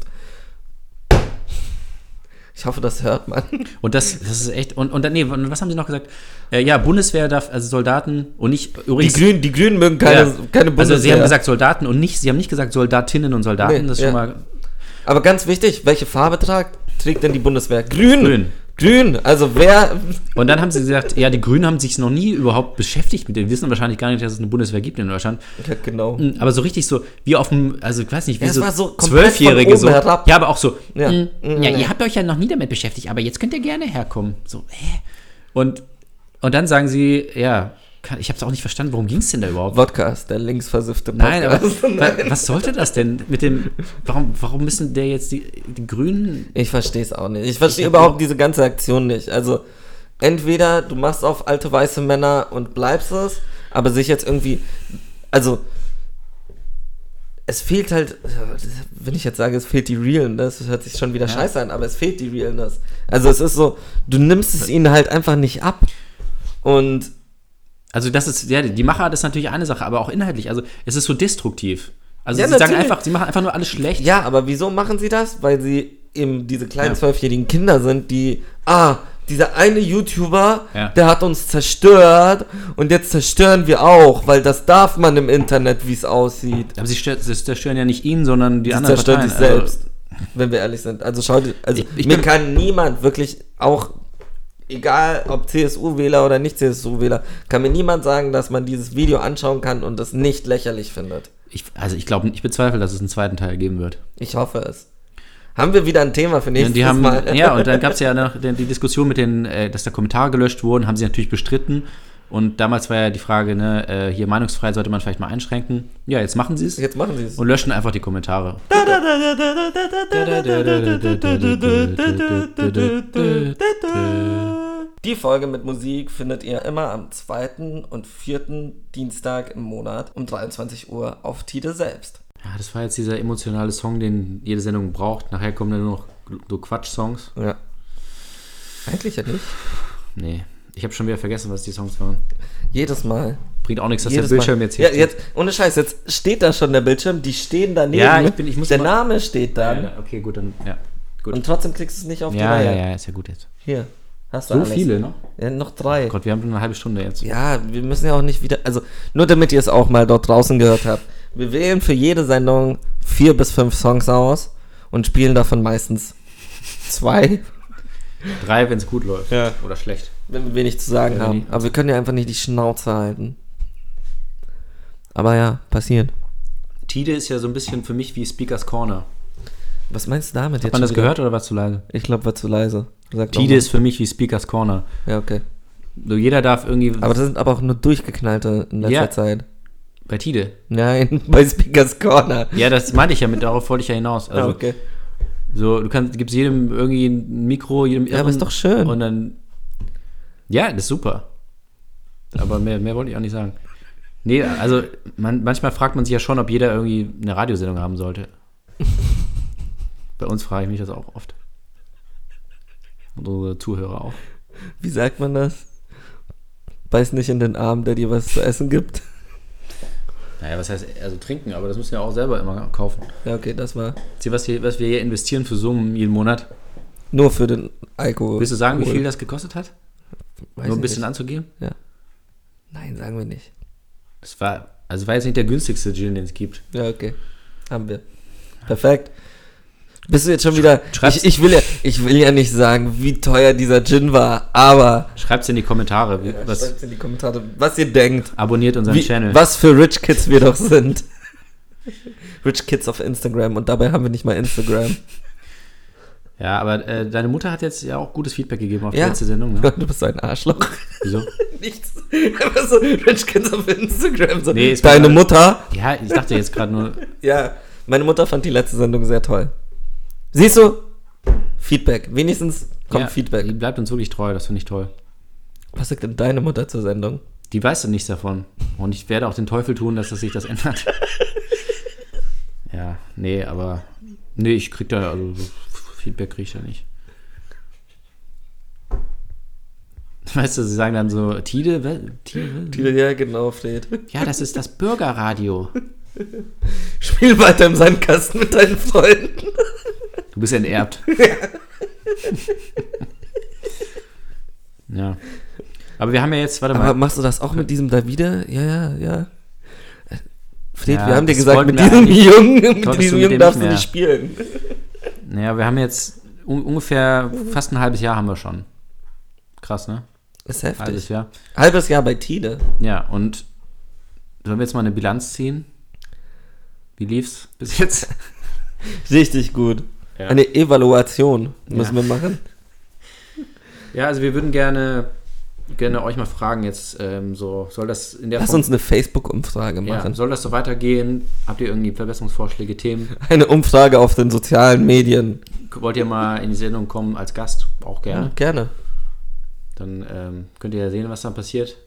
C: Ich hoffe, das hört man.
B: Und das, das ist echt, und, und dann, nee, und was haben sie noch gesagt? Äh, ja, Bundeswehr darf, also Soldaten und nicht,
C: Die
B: übrigens,
C: Grünen, die Grünen mögen keine,
B: ja,
C: keine Bundeswehr.
B: also sie haben gesagt Soldaten und nicht, sie haben nicht gesagt Soldatinnen und Soldaten,
C: Nee,
B: das ist
C: ja.
B: schon mal
C: Aber ganz wichtig, welche Farbe tragt, trägt denn die Bundeswehr? Grün.
B: Grün.
C: Grün. Also wer...
B: Und dann haben sie gesagt, ja, die Grünen haben sich noch nie überhaupt beschäftigt mit dem, wissen wahrscheinlich gar nicht, dass es eine Bundeswehr gibt in Deutschland.
C: Ja, genau.
B: Aber so richtig so, wie auf dem, also ich weiß nicht, wie
C: Ja, es
B: so
C: war so komplett
B: Zwölfjährige
C: von
B: so.
C: oben herab.
B: Ja, aber auch so,
C: Ja.
B: ja,
C: Mhm.
B: ja, ihr habt euch ja noch nie damit beschäftigt, aber jetzt könnt ihr gerne herkommen. So, hä? Und, und dann sagen sie, ja, kann, ich habe es auch nicht verstanden, worum ging es denn da überhaupt?
C: Podcast, der linksversiffte Podcast.
B: Nein, aber wa- was sollte das denn mit dem, warum, warum müssen der jetzt die, die Grünen,
C: Ich verstehe es auch nicht. Ich verstehe
B: Ich hab
C: überhaupt
B: auch-
C: diese ganze Aktion nicht. Also, entweder du machst auf alte weiße Männer und bleibst es, aber sich jetzt irgendwie, also, es fehlt halt, wenn ich jetzt sage, es fehlt die Realness, das hört sich schon wieder
B: Ja.
C: scheiße an, aber es fehlt die Realness. Also, es ist so, du nimmst es ihnen halt einfach nicht ab. Und
B: also das ist, ja, die Machart ist natürlich eine Sache, aber auch inhaltlich, also es ist so destruktiv. Also
C: Ja,
B: sie sagen
C: natürlich.
B: einfach, sie machen einfach nur alles schlecht.
C: ja, aber wieso machen sie das? Weil sie eben diese kleinen
B: Ja.
C: zwölfjährigen Kinder sind, die, ah, dieser eine YouTuber,
B: Ja.
C: der hat uns zerstört und jetzt zerstören wir auch, weil das darf man im Internet, wie es aussieht.
B: Aber sie stört, sie zerstören ja nicht ihn, sondern die
C: Sie
B: anderen
C: zerstören
B: Parteien.
C: sich selbst, wenn wir ehrlich sind. Also schau dir, also
B: Ich- ich
C: mir
B: bin-
C: kann niemand wirklich, auch egal ob C S U-Wähler oder nicht C S U-Wähler, kann mir niemand sagen, dass man dieses Video anschauen kann und es nicht lächerlich findet.
B: Ich, also ich glaube, ich bezweifle, dass es einen zweiten Teil geben wird.
C: Ich hoffe es. Haben wir wieder ein Thema für
B: Ja,
C: nächstes
B: die haben,
C: Mal?
B: ja, und dann gab es ja noch die, die Diskussion mit den, äh, dass da Kommentare gelöscht wurden, haben sie natürlich bestritten. Und damals war ja die Frage, ne, äh, hier Meinungsfreiheit sollte man vielleicht mal einschränken. Ja, jetzt machen sie es
C: Jetzt machen sie es.
B: und löschen einfach die Kommentare.
C: Die Folge mit Musik findet ihr immer am zweiten und vierten Dienstag im Monat um dreiundzwanzig Uhr auf Tide selbst.
B: Ja, das war jetzt dieser emotionale Song, den jede Sendung braucht. Nachher kommen dann nur noch so Quatsch-Songs.
C: Ja. Eigentlich ja nicht.
B: Nee, ich habe schon wieder vergessen, was die Songs waren.
C: Jedes Mal.
B: Bringt auch nichts, dass
C: Jedes
B: der Bildschirm
C: Mal.
B: jetzt hier
C: Ja, jetzt, ohne Scheiß, jetzt steht da schon der Bildschirm, die stehen daneben.
B: Ja, ich bin- ich muss
C: der
B: mal-
C: Name steht dann.
B: Ja, okay, gut, dann, ja. Gut.
C: Und trotzdem kriegst du es nicht auf die
B: ja,
C: Reihe.
B: ja, ja, ist ja gut jetzt.
C: Hier, hast du
B: So
C: alles.
B: viele noch?
C: Ja, noch drei.
B: Oh Gott, wir haben nur eine halbe Stunde jetzt.
C: Ja, wir müssen ja auch nicht wieder, also nur damit ihr es auch mal dort draußen gehört habt. Wir wählen für jede Sendung vier bis fünf Songs aus und spielen davon meistens zwei,
B: Drei, wenn es gut läuft.
C: Ja.
B: Oder schlecht.
C: wenn wir wenig zu sagen
B: Ja,
C: haben.
B: die-
C: Aber wir können ja einfach nicht die Schnauze halten. Aber ja, passiert.
B: Tide ist ja so ein bisschen für mich wie Speakers Corner.
C: Was meinst du damit
B: Hat
C: jetzt
B: man das
C: schon wieder?
B: gehört oder war es zu leise?
C: Ich glaube, war zu leise. Sag doch
B: Tide
C: mal.
B: ist für mich wie Speakers Corner.
C: Ja, okay.
B: So, jeder darf irgendwie...
C: Aber das sind aber auch nur durchgeknallte in letzter
B: Ja.
C: Zeit.
B: bei Tide.
C: Nein, bei Speakers Corner.
B: Ja, das meinte ich ja mit, darauf wollte ich ja hinaus. Also,
C: Ah, okay.
B: so, du kannst, gibst jedem irgendwie ein Mikro, jedem
C: Ja, aber
B: Irren
C: ist doch schön.
B: Und dann, ja, das ist super. Aber mehr, mehr wollte ich auch nicht sagen. Nee, also man, manchmal fragt man sich ja schon, ob jeder irgendwie eine Radiosendung haben sollte. Bei uns frage ich mich das auch oft. Und unsere Zuhörer auch.
C: Wie sagt man das? Beiß nicht in den Arm, der dir was zu essen gibt.
B: Naja, was heißt, also trinken, aber das müssen wir auch selber immer kaufen.
C: Ja, okay, das war
B: Sieh, was, hier, was wir hier investieren für Summen jeden Monat.
C: nur für den Alkohol.
B: Willst du sagen, wie viel das gekostet hat?
C: Weiß
B: Nur ein
C: ich
B: bisschen
C: nicht.
B: anzugeben?
C: Nein, sagen wir nicht.
B: Das war, also war jetzt nicht der günstigste Gin, den es gibt.
C: Ja, okay. Haben wir. Perfekt. Bist du jetzt schon wieder...
B: schreib's-
C: Ich, ich, will ja, ich will ja nicht sagen, wie teuer dieser Gin war, aber...
B: Schreibt's in die Kommentare, wie,
C: Was?
B: was,
C: Schreibt in die Kommentare, was ihr denkt.
B: abonniert unseren
C: Wie,
B: Channel.
C: was für Rich Kids wir doch sind. Rich Kids auf Instagram und dabei haben wir nicht mal Instagram.
B: Ja, aber äh, deine Mutter hat jetzt ja auch gutes Feedback gegeben auf die
C: Ja.
B: letzte Sendung, ne?
C: Du bist so ein Arschloch.
B: Wieso?
C: Nichts. Einfach so Rich Kids auf Instagram. So.
B: Nee, es
C: Deine
B: war-
C: Mutter.
B: Ja, ich dachte jetzt gerade nur,
C: Ja, meine Mutter fand die letzte Sendung sehr toll. Siehst du? Feedback. Wenigstens kommt
B: ja,
C: Feedback.
B: die bleibt uns wirklich treu, das finde ich toll.
C: Was sagt denn deine Mutter zur Sendung?
B: Die weiß dann nichts davon. Und ich werde auch den Teufel tun, dass das sich das ändert. Ja, nee, aber nee, ich krieg da, also so Feedback krieg ich da nicht. Weißt du, sie sagen dann so, Tide, wel- Tide?
C: Ja, genau, Fred.
B: Ja, das ist das Bürgerradio.
C: Spiel weiter im Sandkasten mit deinen Freunden.
B: Du bist enterbt. Ja. Aber wir haben ja jetzt, warte
C: Aber
B: mal.
C: machst du das auch mit diesem Davide? Ja, ja, ja. Fred,
B: Ja,
C: wir haben dir
B: das
C: gesagt,
B: wollten
C: mit
B: wir
C: diesem
B: eigentlich-
C: Jungen, mit
B: solltest
C: diesem
B: du mit
C: Jungen
B: dem
C: darfst
B: nicht
C: du
B: mehr.
C: nicht spielen.
B: Naja, wir haben jetzt un ungefähr fast ein halbes Jahr haben wir schon. Krass, ne?
C: Ist
B: Halbes
C: heftig.
B: Jahr.
C: Halbes Jahr bei Tide.
B: Ja, und sollen wir jetzt mal eine Bilanz ziehen? Wie lief's bis jetzt?
C: Richtig gut.
B: Ja.
C: Eine Evaluation müssen
B: Ja.
C: wir machen.
B: Ja, also wir würden gerne, gerne euch mal fragen jetzt, ähm, so, soll das in der
C: Lass
B: Form-
C: uns eine Facebook-Umfrage
B: ja,
C: machen.
B: soll das so weitergehen? Habt ihr irgendwie Verbesserungsvorschläge, Themen?
C: Eine Umfrage auf den sozialen Medien.
B: Wollt ihr mal in die Sendung kommen als Gast? Auch gerne.
C: Ja, gerne.
B: Dann ähm, könnt ihr ja sehen, was dann passiert.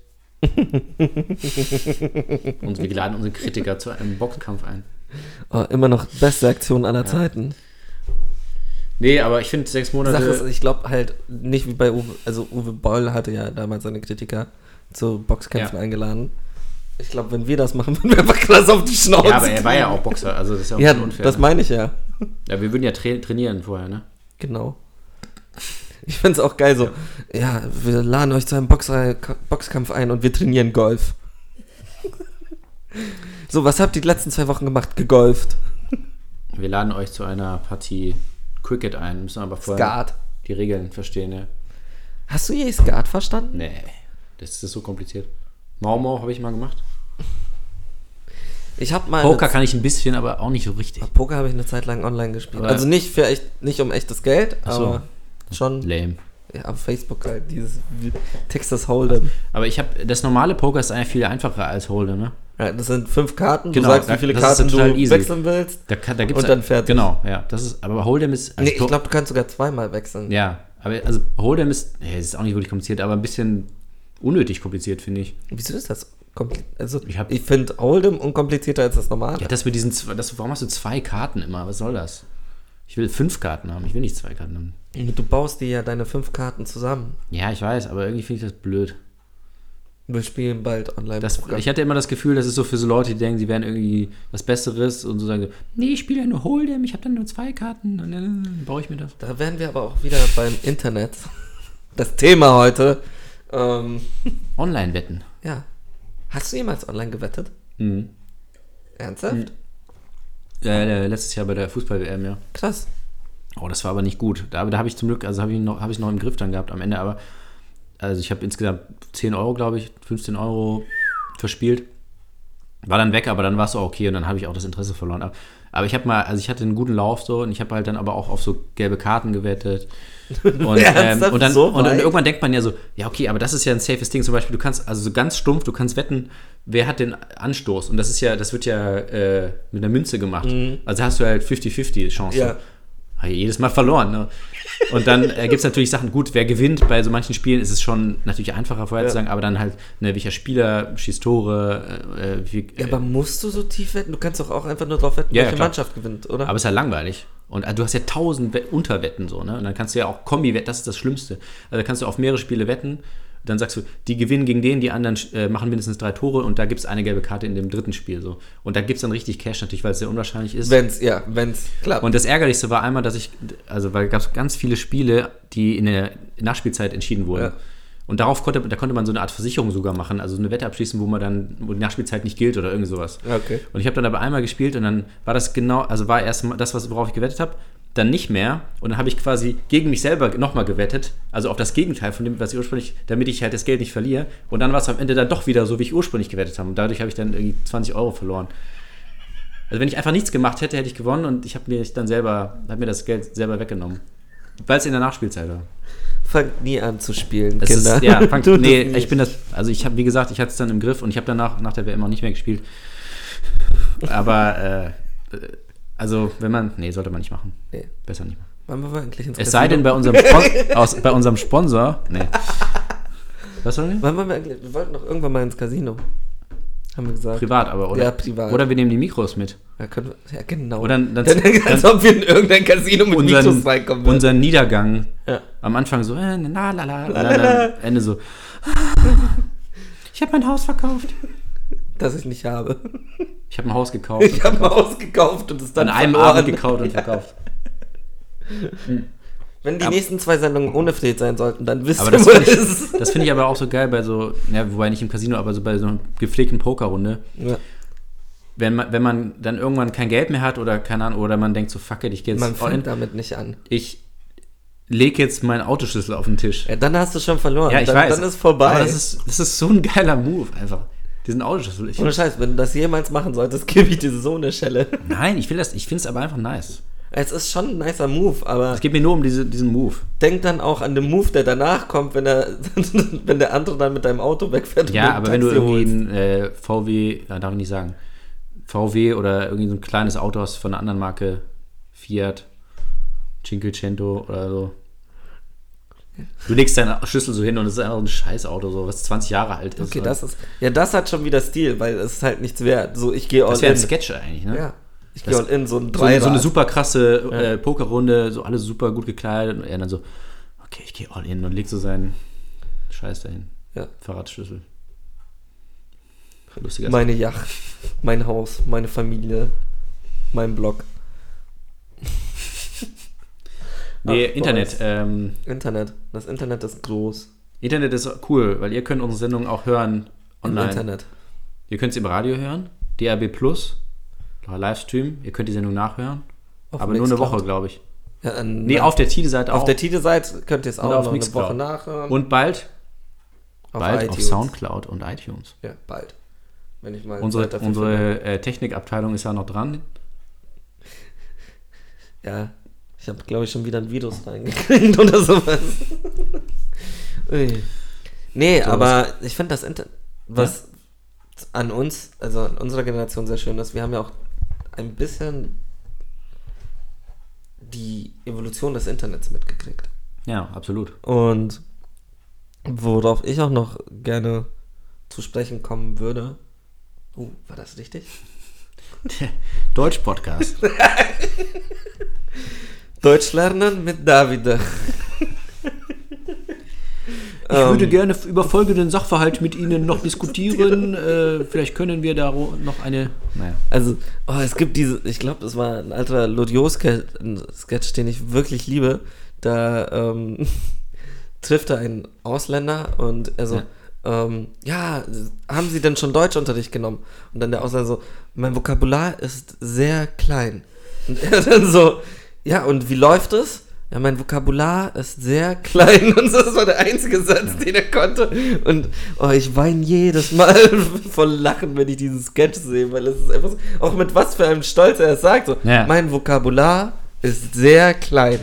B: Und wir laden unsere Kritiker zu einem Boxkampf ein.
C: Oh, immer noch beste Aktion aller Zeiten.
B: Nee, aber ich finde sechs Monate...
C: Sache ist, ich glaube halt nicht wie bei Uwe, also Uwe Boll hatte ja damals seine Kritiker zu Boxkämpfen
B: Ja.
C: eingeladen. Ich glaube, wenn wir das machen, würden wir einfach krass auf die Schnauze
B: ja, aber er war ja
C: kriegen.
B: auch Boxer, also das ist ja auch
C: Ja,
B: ein bisschen unfair.
C: das
B: ne?
C: meine ich ja.
B: Ja, wir würden ja tra trainieren vorher, ne?
C: Genau. Ich find's auch geil so, ja, wir laden euch zu einem Boxer Boxkampf ein und wir trainieren Golf. So, was habt ihr die letzten zwei Wochen gemacht? Gegolft.
B: Wir laden euch zu einer Partie Cricket ein, müssen aber vorher
C: Skat.
B: die Regeln verstehen, ne?
C: Hast du je Skat verstanden?
B: Nee, das ist so kompliziert. Mau Mau habe ich mal gemacht.
C: Ich habe mal...
B: Poker
C: eine-
B: kann ich ein bisschen, aber auch nicht so richtig.
C: Poker habe ich eine Zeit lang online gespielt.
B: Aber-
C: also nicht für echt, nicht um echtes Geld,
B: Ach so.
C: aber schon
B: Lame.
C: ja, auf Facebook halt, dieses Texas Hold'em.
B: Aber ich habe, das normale Poker ist eigentlich viel einfacher als Hold'em, ne?
C: Ja, das sind fünf Karten,
B: Genau,
C: du sagst,
B: da-
C: wie viele
B: das ist
C: Karten du
B: total easy.
C: wechseln willst.
B: Da, kann- da gibt's
C: Und dann fertig.
B: Genau, ja. Das ist, aber Hold'em ist. also
C: Nee, ich
B: to-
C: glaube, du kannst sogar zweimal wechseln.
B: Ja, aber also Hold'em ist, ja, ist auch nicht wirklich kompliziert, aber ein bisschen unnötig kompliziert, finde ich.
C: Wieso ist das kompliziert? Also,
B: Ich
C: ich,
B: hab-
C: finde Hold'em unkomplizierter als das normale.
B: Ja, das mit diesen, zwei- das, warum hast du zwei Karten immer? Was soll das? Ich will fünf Karten haben, ich will nicht zwei Karten haben.
C: Du baust dir ja deine fünf Karten zusammen.
B: Ja, ich weiß, aber irgendwie finde ich das blöd.
C: Wir spielen bald online.
B: Das, ich hatte immer das Gefühl, das ist so für so Leute, die denken, sie wären irgendwie was Besseres und so sagen, so, nee, ich spiele ja nur Hold'em, ich habe dann nur zwei Karten und dann baue ich mir das.
C: Da wären wir aber auch wieder beim Internet. Das Thema heute. Ähm,
B: Online-Wetten.
C: ja. Hast du jemals online gewettet?
B: Mhm.
C: Ernsthaft?
B: Ja, ja, letztes Jahr bei der Fußball-W M, ja.
C: Krass.
B: Oh, das war aber nicht gut. Da, da habe ich zum Glück, also habe ich noch, habe ich noch im Griff dann gehabt am Ende, aber also ich habe insgesamt zehn Euro, glaube ich, fünfzehn Euro verspielt. War dann weg, aber dann war es auch okay und dann habe ich auch das Interesse verloren. Aber, aber ich habe mal, also ich hatte einen guten Lauf so und ich habe halt dann aber auch auf so gelbe Karten gewettet. Und, ähm, und, dann,
C: so
B: und dann irgendwann denkt man ja so, ja okay, aber das ist ja ein safes Ding. Zum Beispiel, du kannst, also so ganz stumpf, du kannst wetten, wer hat den Anstoß. Und das ist ja, das wird ja äh, mit einer Münze gemacht. Mhm. Also hast du halt fünfzig fünfzig Chance.
C: Ja.
B: Habe ich jedes Mal verloren. Ne? Und dann äh, gibt es natürlich Sachen, gut, wer gewinnt. Bei so manchen Spielen ist es schon natürlich einfacher vorherzusagen, ja. aber dann halt, ne, welcher Spieler schießt Tore. Äh, wie,
C: ja, aber musst du so tief wetten? Du kannst doch auch einfach nur drauf wetten,
B: ja,
C: welche
B: ja,
C: Mannschaft gewinnt, oder?
B: Aber es ist ja langweilig. Und also, du hast ja tausend Wett- Unterwetten so, ne? Und dann kannst du ja auch Kombi-Wetten, das ist das Schlimmste. Also da kannst du auf mehrere Spiele wetten. Dann sagst du, die gewinnen gegen den, die anderen äh, machen mindestens drei Tore und da gibt es eine gelbe Karte in dem dritten Spiel. So. Und da gibt es dann richtig Cash natürlich, weil es sehr unwahrscheinlich ist.
C: Wenn's, ja, wenn's klappt.
B: Und das Ärgerlichste war einmal, dass ich, also weil gab es ganz viele Spiele, die in der Nachspielzeit entschieden wurden. Ja. Und darauf konnte, da konnte man so eine Art Versicherung sogar machen, also so eine Wette abschließen, wo man dann, wo die Nachspielzeit nicht gilt oder irgend sowas.
C: Okay.
B: Und ich habe dann aber einmal gespielt und dann war das genau, also war erst mal das, was, worauf ich gewettet habe, dann nicht mehr. Und dann habe ich quasi gegen mich selber nochmal gewettet, also auf das Gegenteil von dem, was ich ursprünglich, damit ich halt das Geld nicht verliere. Und dann war es am Ende dann doch wieder so, wie ich ursprünglich gewettet habe. Und dadurch habe ich dann irgendwie zwanzig Euro verloren. Also wenn ich einfach nichts gemacht hätte, hätte ich gewonnen und ich habe mir dann selber, habe mir das Geld selber weggenommen. Weil es in der Nachspielzeit war.
C: Fangt nie an zu spielen,
B: das
C: Kinder.
B: Ist, ja, fangt, nee, ich bin das, also ich habe, wie gesagt, ich hatte es dann im Griff und ich habe danach, nach der W M auch nicht mehr gespielt. Aber, äh, also, wenn man, nee, sollte man nicht machen. Nee. Besser nicht machen.
C: Wann wir eigentlich ins
B: Es sei denn, bei unserem, Spon- aus, bei unserem Sponsor, nee. Was soll ich?
C: Wann waren wir eigentlich, wir wollten doch irgendwann mal ins Casino. Haben wir gesagt.
B: Privat aber, oder?
C: Ja, privat.
B: Oder wir nehmen die Mikros mit.
C: Ja, können wir, ja genau.
B: Oder dann, dann,
C: dann, als ob wir in irgendein Casino mit
B: unseren,
C: Mikros reinkommen würden.
B: Unseren Niedergang.
C: Ja.
B: Am Anfang so, äh, na, la, la, und dann am Ende so, ich habe mein Haus verkauft.
C: Das ich nicht habe.
B: Ich habe ein Haus gekauft.
C: Ich habe ein Haus gekauft und es dann
B: an einem
C: verloren.
B: Abend gekauft und verkauft. Hm.
C: Wenn die
B: aber,
C: nächsten zwei Sendungen ohne Fred sein sollten, dann wisst
B: ihr,
C: das
B: wo
C: das
B: ich,
C: ist.
B: Das finde ich aber auch so geil bei so, ja, wobei nicht im Casino, aber so bei so einer gepflegten Pokerrunde.
C: Ja.
B: Wenn man, wenn man dann irgendwann kein Geld mehr hat oder keine Ahnung, oder man denkt so, fuck it, ich gehe jetzt
C: Man fängt damit nicht an.
B: Ich lege jetzt meinen Autoschlüssel auf den Tisch.
C: Ja, dann hast du schon verloren.
B: Ja, ich
C: dann,
B: weiß.
C: Dann ist vorbei.
B: Aber das ist, das ist so ein geiler Move einfach. Diesen Autoschlüssel.
C: Ohne Scheiß, wenn du das jemals machen solltest, gebe ich dir so eine Schelle.
B: Nein, ich will das, ich finde es aber einfach nice.
C: Es ist schon ein nicer Move, aber...
B: Es geht mir nur um diese, diesen Move.
C: Denk dann auch an den Move, der danach kommt, wenn, er, wenn der andere dann mit deinem Auto wegfährt.
B: Ja, aber wenn du irgendwie ein äh, V W, ja, darf ich nicht sagen, V W oder irgendwie so ein kleines Auto hast von einer anderen Marke, Fiat, Cinquecento oder so. Du legst deinen Schlüssel so hin und es ist einfach ein Scheißauto, so, was zwanzig Jahre alt ist.
C: Okay, das ist... Ja, das hat schon wieder Stil, weil es ist halt nichts wert. So, ich gehe all in.
B: Das wäre ein Sketch eigentlich, ne?
C: Ja. Ich gehe all in, so ein
B: so,
C: Dreirad.
B: so eine super krasse
C: ja.
B: äh, Pokerrunde, so alle super gut gekleidet und er dann so, okay, ich gehe all in und legt so seinen Scheiß dahin.
C: Ja. Fahrradschlüssel. Lustiger Meine Sache. Yacht, mein Haus, meine Familie, mein Blog.
B: Nee, Ach, Internet. Ähm,
C: Internet. Das Internet ist groß.
B: Internet ist cool, weil ihr könnt unsere Sendung auch hören online.
C: Im Internet.
B: Ihr könnt sie im Radio hören, D A B Plus, Livestream. Ihr könnt die Sendung nachhören, auf aber nur eine Woche, glaube ich.
C: Ja, an,
B: nee, auf der Tide-Seite auch.
C: Auf der Tide-Seite könnt ihr es auch
B: noch
C: eine Woche nachhören.
B: Und bald,
C: auf
B: bald
C: iTunes.
B: auf Soundcloud und iTunes.
C: Ja, bald. Wenn ich mal
B: unsere unsere äh, Technikabteilung ist ja noch dran.
C: Ja, ich habe, glaube ich, schon wieder ein Virus reingekriegt oder sowas. Nee, so, aber was? Ich finde das Internet, was ja? an uns, also an unserer Generation sehr schön ist, wir haben ja auch ein bisschen die Evolution des Internets mitgekriegt.
B: Ja, absolut.
C: Und worauf ich auch noch gerne zu sprechen kommen würde. Oh, war das richtig?
B: Deutsch-Podcast. Deutsch lernen mit Davide. Ich um, würde gerne über folgenden Sachverhalt mit Ihnen noch diskutieren. Äh, vielleicht können wir da noch eine... Naja.
C: Also, oh, es gibt diese... Ich glaube, das war ein alter Loriot-Sketch, den ich wirklich liebe. Da ähm, trifft er einen Ausländer und er so... Ja. ähm, ja, haben Sie denn schon Deutschunterricht genommen? Und dann der Ausländer so, mein Vokabular ist sehr klein. Und er dann so, ja, und wie läuft es? Ja, mein Vokabular ist sehr klein. Und das war der einzige Satz, ja. den er konnte. Und oh, ich weine jedes Mal voll Lachen, wenn ich diesen Sketch sehe, weil es ist einfach so, auch mit was für einem Stolz er es sagt. So, ja. Mein Vokabular ist sehr klein.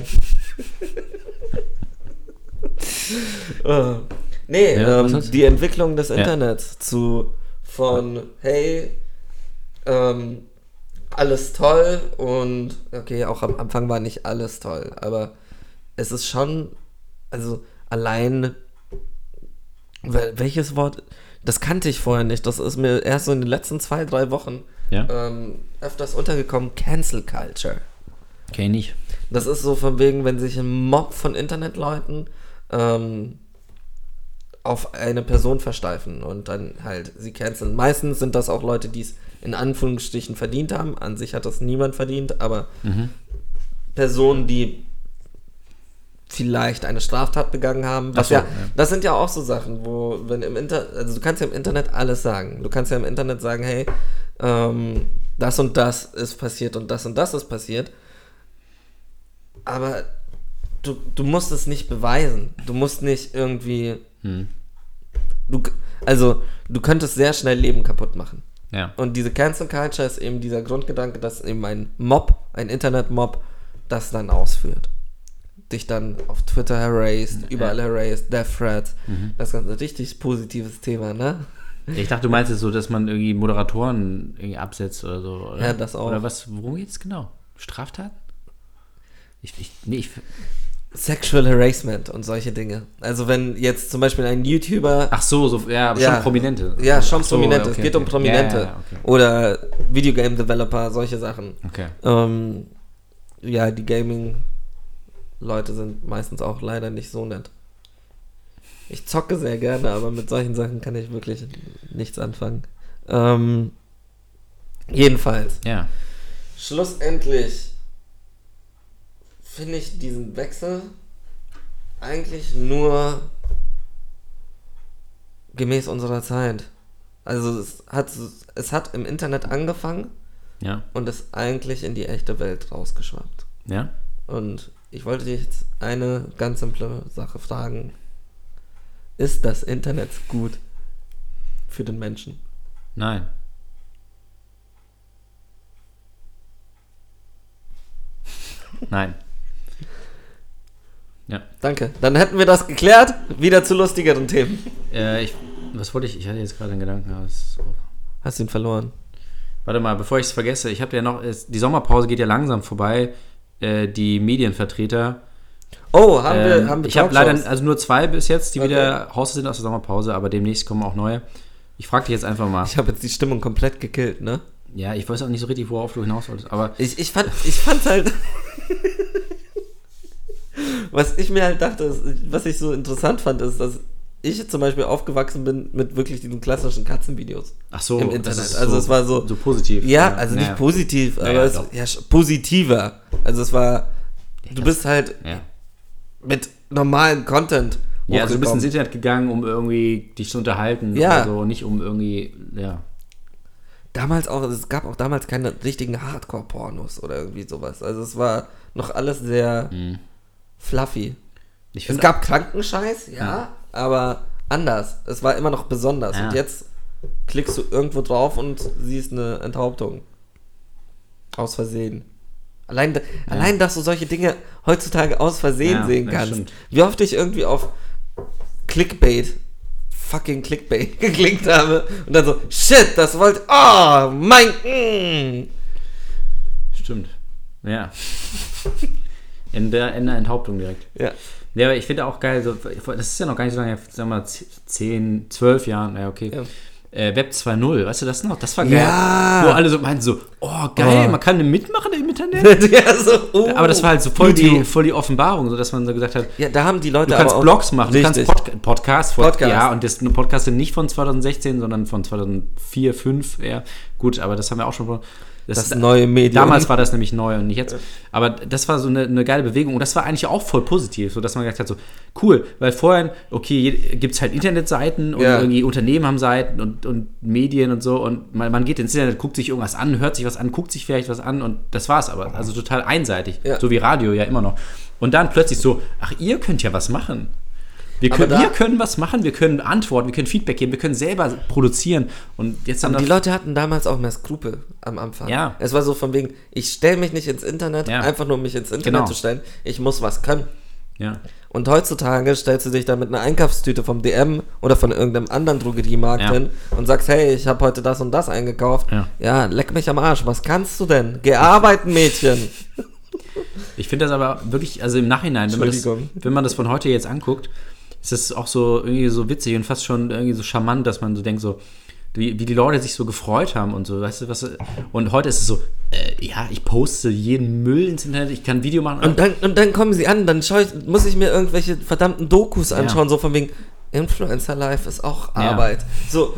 C: oh. Nee, ja, ähm, die Entwicklung des Internets ja. zu von, hey, ähm, alles toll und okay, auch am Anfang war nicht alles toll, aber es ist schon, also allein, welches Wort, das kannte ich vorher nicht, das ist mir erst so in den letzten zwei, drei Wochen ja. ähm, öfters untergekommen, Cancel Culture.
B: Okay, nicht.
C: Das ist so von wegen, wenn sich ein Mob von Internetleuten ähm, auf eine Person versteifen und dann halt sie canceln. Meistens sind das auch Leute, die es in Anführungsstrichen verdient haben. An sich hat das niemand verdient, aber mhm. Personen, die vielleicht eine Straftat begangen haben. Was so, ja, ja. Das sind ja auch so Sachen, wo, wenn im Internet, also du kannst ja im Internet alles sagen. Du kannst ja im Internet sagen, hey, ähm, das und das ist passiert und das und das ist passiert. Aber du, du musst es nicht beweisen. Du musst nicht irgendwie hm. du, also du könntest sehr schnell Leben kaputt machen.
B: Ja.
C: Und diese Cancel Culture ist eben dieser Grundgedanke, dass eben ein Mob, ein Internet-Mob, das dann ausführt. Dich dann auf Twitter harassed, ja. überall harassed, Death Threats. Mhm. Das ist ein richtig positives Thema, ne?
B: Ich dachte, du meinst jetzt so, dass man irgendwie Moderatoren irgendwie absetzt oder so. Oder?
C: Ja, das auch.
B: Oder was, worum geht's genau? Straftaten? Ich, ich, nee, ich...
C: Sexual Harassment und solche Dinge. Also wenn jetzt zum Beispiel ein YouTuber...
B: Ach so, so ja, aber
C: ja,
B: schon Prominente.
C: Ja, schon
B: so,
C: Prominente.
B: Okay,
C: es geht
B: okay.
C: um Prominente.
B: Ja, ja, okay.
C: Oder Videogame-Developer, solche Sachen.
B: Okay.
C: Ähm, ja, die Gaming-Leute sind meistens auch leider nicht so nett. Ich zocke sehr gerne, aber mit solchen Sachen kann ich wirklich nichts anfangen. Ähm, jedenfalls.
B: Ja.
C: Schlussendlich finde ich diesen Wechsel eigentlich nur gemäß unserer Zeit. Also es hat, es hat im Internet angefangen
B: ja.
C: und ist eigentlich in die echte Welt rausgeschwappt.
B: Ja.
C: Und ich wollte dich jetzt eine ganz simple Sache fragen. Ist das Internet gut für den Menschen?
B: Nein. Nein. Ja.
C: Danke. Dann hätten wir das geklärt. Wieder zu lustigeren Themen.
B: Äh, ich, was wollte ich? Ich hatte jetzt gerade einen Gedanken. Aber es, oh.
C: Hast du ihn verloren?
B: Warte mal, bevor ich es vergesse. Ich habe ja noch, die Sommerpause geht ja langsam vorbei. Äh, die Medienvertreter.
C: Oh, haben wir,
B: ähm,
C: haben wir
B: Ich habe
C: Talkshows?
B: leider also nur zwei bis jetzt, die
C: Okay.
B: wieder raus sind aus der Sommerpause, aber demnächst kommen auch neue. Ich frage dich jetzt einfach mal.
C: Ich habe jetzt die Stimmung komplett gekillt, ne?
B: Ja, ich weiß auch nicht so richtig, worauf du hinaus wolltest, aber...
C: Ich, ich fand ich fand halt... was ich mir halt dachte, ist, was ich so interessant fand, ist, dass ich zum Beispiel aufgewachsen bin mit wirklich diesen klassischen Katzenvideos.
B: Ach so,
C: im Internet.
B: das ist
C: also
B: so,
C: es war so...
B: So positiv.
C: Ja, also
B: ja.
C: nicht positiv,
B: ja,
C: aber
B: ja,
C: es ja, positiver. Also es war...
B: Ja,
C: du bist halt
B: ja.
C: mit normalen Content
B: Ja, also du bist
C: hochgekommen.
B: ins Internet gegangen, um irgendwie dich zu unterhalten
C: Ja.
B: oder so, nicht um irgendwie, ja.
C: Damals auch, es gab auch damals keine richtigen Hardcore-Pornos oder irgendwie sowas. Also es war noch alles sehr
B: Mhm.
C: fluffy.
B: Ich
C: Es
B: find,
C: gab Krankenscheiß, ja,
B: Ja.
C: aber anders. Es war immer noch besonders.
B: Ja.
C: Und jetzt klickst du irgendwo drauf und siehst eine Enthauptung. Aus Versehen. Allein, ja. allein, dass du solche Dinge heutzutage aus Versehen
B: Ja,
C: sehen
B: das
C: kannst.
B: stimmt.
C: Wie oft ich irgendwie auf Clickbait, fucking Clickbait geklickt habe und dann so, shit, das wollte, oh, mein, mm.
B: Stimmt. Ja. In der, in der Enthauptung direkt.
C: Ja.
B: Ja, aber ich finde auch geil, so, das ist ja noch gar nicht so lange, sagen wir mal zehn, zwölf Jahren, ja, okay.
C: Ja.
B: Äh, Web zwei Punkt null, weißt du das noch? Das war geil.
C: Ja.
B: Wo alle so meinten so, oh, geil,
C: Oh.
B: man kann mitmachen im Internet.
C: ja, so, oh,
B: Aber das war halt so voll die,
C: YouTube.
B: voll die Offenbarung, so dass man so gesagt hat,
C: Ja, da haben die Leute
B: du kannst
C: aber auch
B: Blogs machen, du kannst
C: Richtig.
B: Pod- Podcasts, Pod-
C: Podcast.
B: ja, und das Podcasts sind nicht von zwanzig sechzehn, sondern von zweitausendvier, fünf eher. Gut, aber das haben wir auch schon.
C: Das, das neue Medium.
B: Damals war das nämlich neu und nicht jetzt. Aber das war so eine, eine geile Bewegung und das war eigentlich auch voll positiv, so dass man gesagt hat, so cool, weil vorher, okay, gibt es halt Internetseiten und
C: ja.
B: irgendwie Unternehmen haben Seiten und, und Medien und so und man, man geht ins Internet, guckt sich irgendwas an, hört sich was an, guckt sich vielleicht was an und das war's aber. Also total einseitig, ja. so wie Radio ja immer noch. Und dann plötzlich so, ach, ihr könnt ja was machen. Wir können, da, wir können was machen, wir können antworten, wir können Feedback geben, wir können selber produzieren. Und jetzt
C: aber die Leute hatten damals auch mehr Skrupel am Anfang.
B: Ja.
C: Es war so von wegen, ich stelle mich nicht ins Internet, ja. einfach nur um mich ins Internet
B: genau.
C: zu stellen. Ich muss was können.
B: Ja.
C: Und heutzutage stellst du dich da mit einer Einkaufstüte vom D M oder von irgendeinem anderen Drogeriemarkt ja. hin und sagst, hey, ich habe heute das und das eingekauft. Ja. ja, leck mich am Arsch. Was kannst du denn? Geh arbeiten, Mädchen.
B: Ich finde das aber wirklich, also im Nachhinein, wenn man, das, wenn man das von heute jetzt anguckt, ist das auch so irgendwie so witzig und fast schon irgendwie so charmant, dass man so denkt, so wie, wie die Leute sich so gefreut haben und so, weißt du, was. Und heute ist es so, äh, ja, ich poste jeden Müll ins Internet, ich kann ein Video machen.
C: Und dann, und dann kommen sie an, dann schau ich, muss ich mir irgendwelche verdammten Dokus anschauen, ja. so von wegen, Influencer-Life ist auch Arbeit. Ja. So,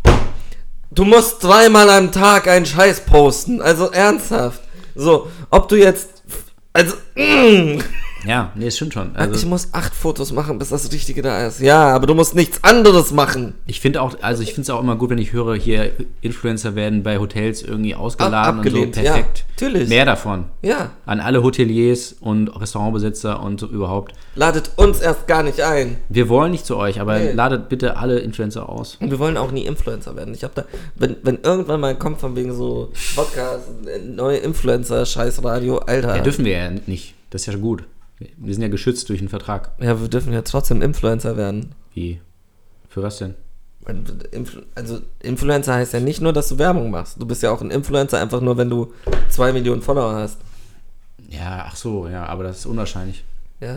C: du musst dreimal am Tag einen Scheiß posten, also ernsthaft. So, ob du jetzt, also, mm.
B: Ja, nee, es stimmt schon. Also,
C: ich muss acht Fotos machen, bis das Richtige da ist. Ja, aber du musst nichts anderes machen.
B: Ich finde auch, also ich finde es auch immer gut, wenn ich höre, hier Influencer werden bei Hotels irgendwie ausgeladen
C: Ab, abgelehnt,
B: und so. Perfekt.
C: Ja, natürlich.
B: Mehr davon.
C: Ja.
B: An alle Hoteliers und Restaurantbesitzer und so überhaupt.
C: Ladet uns erst gar nicht ein.
B: Wir wollen nicht zu euch, aber nee. ladet bitte alle Influencer aus.
C: Und wir wollen auch nie Influencer werden. Ich habe da, wenn, wenn irgendwann mal kommt von wegen so Podcast, neue Influencer, Scheiß Radio, Alter.
B: Ja, dürfen wir ja nicht. Das ist ja schon gut. Wir sind ja geschützt durch einen Vertrag.
C: Ja, wir dürfen ja trotzdem Influencer werden.
B: Wie? Für was denn?
C: Also Influencer heißt ja nicht nur, dass du Werbung machst. Du bist ja auch ein Influencer einfach nur, wenn du zwei Millionen Follower hast.
B: Ja, ach so, ja, aber das ist unwahrscheinlich.
C: Ja.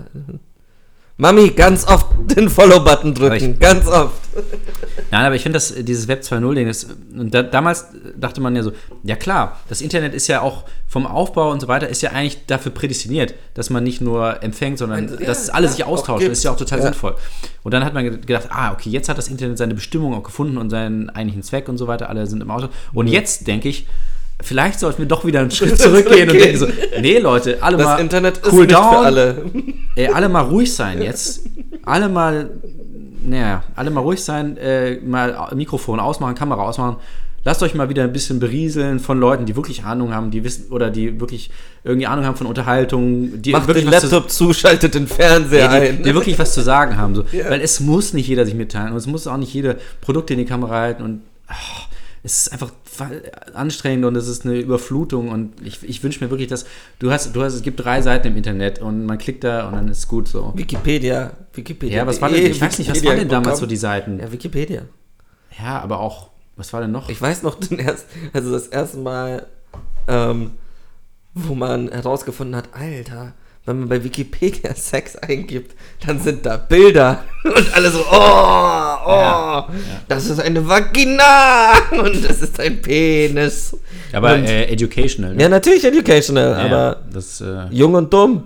C: Mami, ganz oft den Follow-Button drücken, ich, ganz oft.
B: Nein, aber ich finde, dass dieses Web zwei Punkt null-Ding, das, und da, damals dachte man ja so, ja klar, das Internet ist ja auch vom Aufbau und so weiter, ist ja eigentlich dafür prädestiniert, dass man nicht nur empfängt, sondern ja, dass alle ja, sich austauschen, das ist ja auch total ja. sinnvoll. Und dann hat man gedacht, ah, okay, jetzt hat das Internet seine Bestimmung auch gefunden und seinen eigentlichen Zweck und so weiter, alle sind im Austausch. Und mhm. jetzt denke ich, vielleicht sollten wir doch wieder einen Schritt zurückgehen und denken so, nee Leute, alle
C: das
B: mal
C: Internet ist
B: cool
C: nicht
B: down,
C: für alle.
B: Ey, alle mal ruhig sein jetzt, alle mal, naja, alle mal ruhig sein, äh, mal Mikrofon ausmachen, Kamera ausmachen, lasst euch mal wieder ein bisschen berieseln von Leuten, die wirklich Ahnung haben, die wissen, oder die wirklich irgendwie Ahnung haben von Unterhaltung, die
C: Macht
B: wirklich
C: den Laptop zu, schaltet den Fernseher
B: ja, die,
C: ein.
B: Die wirklich was zu sagen haben, so. Ja. Weil es muss nicht jeder sich mitteilen und es muss auch nicht jeder Produkte in die Kamera halten und ach, es ist einfach anstrengend und es ist eine Überflutung und ich, ich wünsche mir wirklich, dass du hast, du hast, es gibt drei Seiten im Internet und man klickt da und dann ist es gut so.
C: Wikipedia, Wikipedia.
B: Ja, was war denn, ich weiß nicht, was waren denn damals so die Seiten?
C: Ja, Wikipedia.
B: Ja, aber auch, was war denn noch?
C: Ich weiß noch, den erst, also das erste Mal, ähm, wo man herausgefunden hat, Alter, wenn man bei Wikipedia Sex eingibt, dann sind da Bilder und alle so, oh, oh, ja, ja. das ist eine Vagina und das ist ein Penis.
B: Aber äh, educational. Ne?
C: Ja, natürlich educational,
B: ja,
C: aber
B: das, äh,
C: jung und dumm.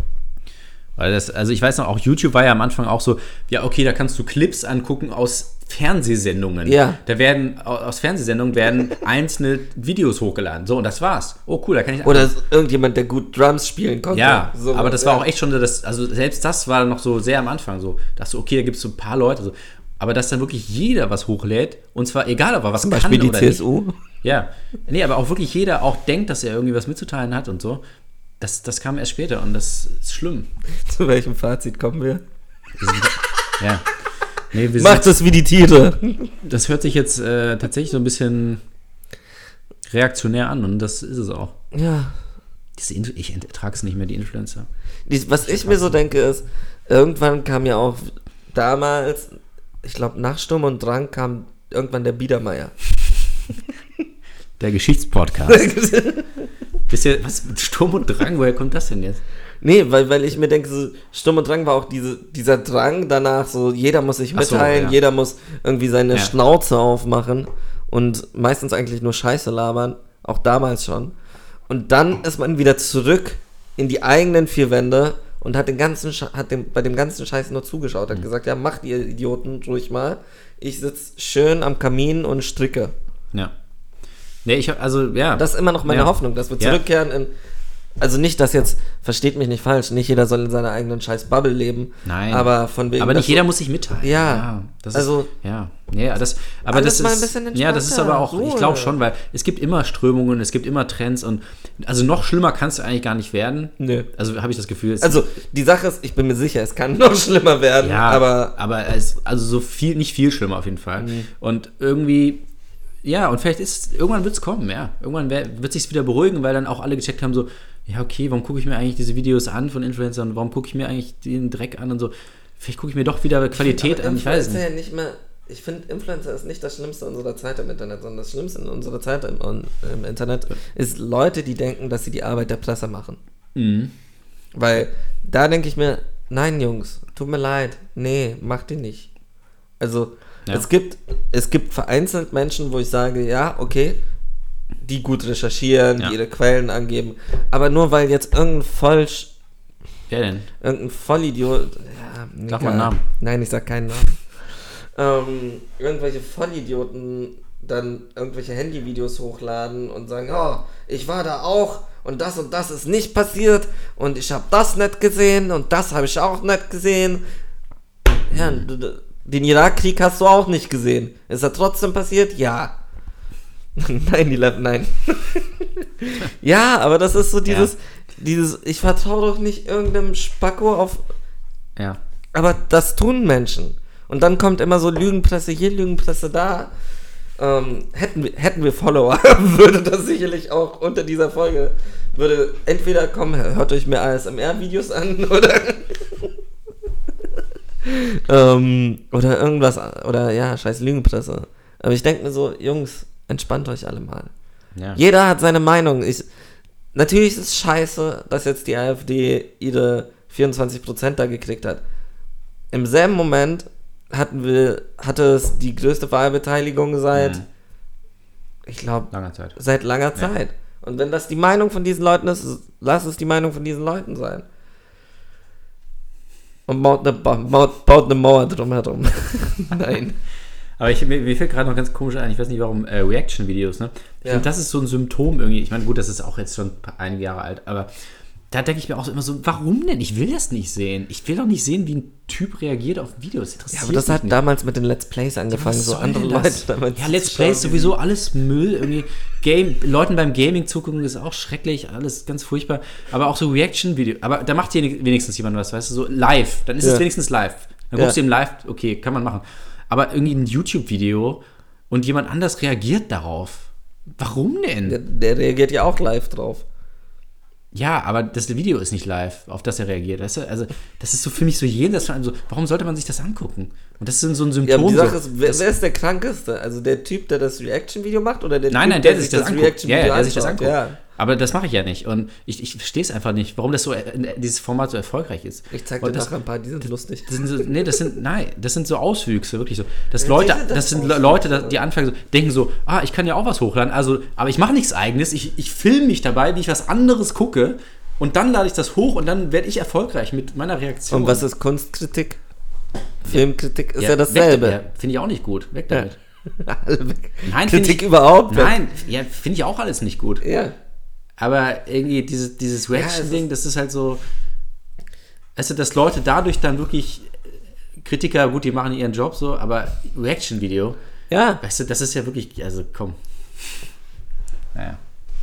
B: Weil das, also ich weiß noch, auch YouTube war ja am Anfang auch so, ja, okay, da kannst du Clips angucken aus Fernsehsendungen. Ja. Da werden, aus Fernsehsendungen werden einzelne Videos hochgeladen. So, und das war's. Oh, cool, da kann ich...
C: Oder irgendjemand, der gut Drums spielen konnte.
B: Ja,
C: so,
B: aber das war ja. auch echt schon, das, also selbst das war noch so sehr am Anfang so. Dachte so, okay, da gibt es so ein paar Leute, so. Aber dass dann wirklich jeder was hochlädt, und zwar egal, ob er was
C: Zum
B: kann
C: Beispiel die
B: oder
C: C S U.
B: Nicht. Ja, nee, aber auch wirklich jeder auch denkt, dass er irgendwie was mitzuteilen hat und so. Das, das kam erst später und das ist schlimm.
C: Zu welchem Fazit kommen wir?
B: wir sind, ja. Nee, wir
C: Macht es wie die Tiere.
B: Das hört sich jetzt äh, tatsächlich so ein bisschen reaktionär an und das ist es auch.
C: Ja.
B: Diese Inf- ich ertrage es nicht mehr, die Influencer.
C: Die, was ich mir so denke ist, irgendwann kam ja auch damals, ich glaube nach Sturm und Drang kam irgendwann der Biedermeier.
B: Der Geschichtspodcast. Wisst ihr, was, Sturm und Drang, woher kommt das denn jetzt?
C: Nee, weil, weil ich mir denke, so, Sturm und Drang war auch diese, dieser Drang danach, so jeder muss sich mitteilen, so, ja. jeder muss irgendwie seine ja. Schnauze aufmachen und meistens eigentlich nur Scheiße labern, auch damals schon. Und dann ist man wieder zurück in die eigenen vier Wände und hat den ganzen Sche- hat dem, bei dem ganzen Scheiß nur zugeschaut, hat mhm. gesagt, ja, macht ihr Idioten ruhig mal, ich sitze schön am Kamin und stricke.
B: Ja. Nee, ich hab, also, ja.
C: Das ist immer noch meine
B: ja.
C: Hoffnung, dass wir
B: ja.
C: zurückkehren in... Also nicht, dass jetzt, versteht mich nicht falsch, nicht jeder soll in seiner eigenen scheiß Bubble leben.
B: Nein.
C: Aber von wegen...
B: Aber nicht jeder muss sich mitteilen.
C: Ja.
B: ja das
C: also...
B: Ist, ja. Nee, das, aber
C: alles
B: das
C: mal
B: ist...
C: ein bisschen
B: ja, das ist aber auch...
C: Ruhe.
B: Ich glaube schon, weil es gibt immer Strömungen, es gibt immer Trends und... Also noch schlimmer kannst du eigentlich gar nicht werden.
C: Nö.
B: Also habe ich das Gefühl... Es
C: Also die Sache ist, ich bin mir sicher, es kann noch schlimmer werden,
B: ja,
C: aber...
B: aber es, also so viel, nicht viel schlimmer auf jeden Fall.
C: Mhm.
B: Und irgendwie... Ja, und vielleicht ist irgendwann wird es kommen, ja. Irgendwann wird es sich wieder beruhigen, weil dann auch alle gecheckt haben, so, ja, okay, warum gucke ich mir eigentlich diese Videos an von Influencern? Warum gucke ich mir eigentlich den Dreck an und so? Vielleicht gucke ich mir doch wieder Qualität
C: aber
B: an, ich weiß nicht.
C: Ja nicht mehr, ich finde, Influencer ist nicht das Schlimmste unserer Zeit im Internet, sondern das Schlimmste in unserer Zeit im, im Internet ist Leute, die denken, dass sie die Arbeit der Presse machen.
B: Mhm.
C: Weil da denke ich mir, nein, Jungs, tut mir leid, nee, macht die nicht. Also, ja. es gibt es gibt vereinzelt Menschen, wo ich sage, ja, okay, die gut recherchieren, ja. die ihre Quellen angeben, aber nur weil jetzt irgendein Vollsch...
B: Wer denn?
C: Irgendein Vollidiot... Ja,
B: sag mal einen Namen.
C: Nein, ich sag keinen Namen. ähm, irgendwelche Vollidioten dann irgendwelche Handyvideos hochladen und sagen, oh, ich war da auch und das und das ist nicht passiert und ich habe das nicht gesehen und das habe ich auch nicht gesehen. Ja, den Irakkrieg hast du auch nicht gesehen. Ist er trotzdem passiert? Ja. Nein, die Lab, nein. Ja, aber das ist so dieses, ja. dieses, ich vertraue doch nicht irgendeinem Spacko auf...
B: Ja.
C: Aber das tun Menschen. Und dann kommt immer so Lügenpresse hier, Lügenpresse da. Ähm, hätten, wir, hätten wir Follower, würde das sicherlich auch unter dieser Folge, würde entweder kommen, hört euch mehr A S M R-Videos an, oder... ähm, oder irgendwas, oder ja, scheiß Lügenpresse. Aber ich denke mir so, Jungs, entspannt euch alle mal. Ja. Jeder hat seine Meinung. Ich, natürlich ist es scheiße, dass jetzt die AfD ihre vierundzwanzig Prozent da gekriegt hat. Im selben Moment hatten wir, hatte es die größte Wahlbeteiligung seit, mhm. ich glaube,
B: langer Zeit.
C: seit langer
B: ja.
C: Zeit. Und wenn das die Meinung von diesen Leuten ist, lass es die Meinung von diesen Leuten sein. Und baut eine, baut, baut eine Mauer drumherum. Nein.
B: Aber ich, mir, mir fällt gerade noch ganz komisch ein, ich weiß nicht warum, äh, Reaction-Videos, ne? Ich ja. finde, das ist so ein Symptom irgendwie. Ich meine, gut, das ist auch jetzt schon einige Jahre alt, aber da denke ich mir auch immer so, warum denn? Ich will das nicht sehen. Ich will doch nicht sehen, wie ein Typ reagiert auf Videos.
C: Ja, aber das hat nicht. damals mit den Let's Plays angefangen, ja, so andere Leute damals.
B: Ja, Let's Plays sowieso alles Müll, irgendwie. Game, Leuten beim Gaming zugucken ist auch schrecklich, alles ganz furchtbar. Aber auch so Reaction-Videos. Aber da macht hier wenigstens jemand was, weißt du, so live. Dann ist ja. es wenigstens live. Dann guckst ja. du im Live, okay, kann man machen. Aber irgendwie ein YouTube-Video und jemand anders reagiert darauf. Warum denn?
C: Der, der reagiert ja auch live drauf.
B: Ja, aber das Video ist nicht live, auf das er reagiert. Weißt du? Also, das ist so für mich so jenseits von einem so, warum sollte man sich das angucken? Und das ist so ein Symptom.
C: Ja, aber die Sache
B: so,
C: ist, wer, wer ist der Krankeste? Also der Typ, der das Reaction-Video macht oder der
B: nein,
C: Typ,
B: nein, der,
C: der
B: sich das, das anguckt. Ja, ja, der sich das anguckt. Ja. Aber das mache ich ja nicht. Und ich, ich verstehe es einfach nicht, warum das so, dieses Format so erfolgreich ist.
C: Ich zeig dir das, nachher ein paar, die sind lustig.
B: Das sind so, nee, das sind, nein, das sind so Auswüchse, wirklich so. Das, ja, Leute, das, das sind Leute, die anfangen so, denken so, ah, ich kann ja auch was hochladen, also, aber ich mache nichts Eigenes, ich, ich filme mich dabei, wie ich was anderes gucke und dann lade ich das hoch und dann werde ich erfolgreich mit meiner Reaktion.
C: Und was ist Kunstkritik? Filmkritik ist ja, ja dasselbe.
B: Ja, finde ich auch nicht gut. Weg damit.
C: Ja.
B: Nein,
C: Kritik
B: ich,
C: überhaupt?
B: Nein, ja, finde ich auch alles nicht gut.
C: Ja.
B: Aber irgendwie dieses, dieses Reaction-Ding, ja, das ist halt so, also dass Leute dadurch dann wirklich, Kritiker, gut, die machen ihren Job so, aber Reaction-Video,
C: ja.
B: Weißt du, das ist ja wirklich, also komm. Naja.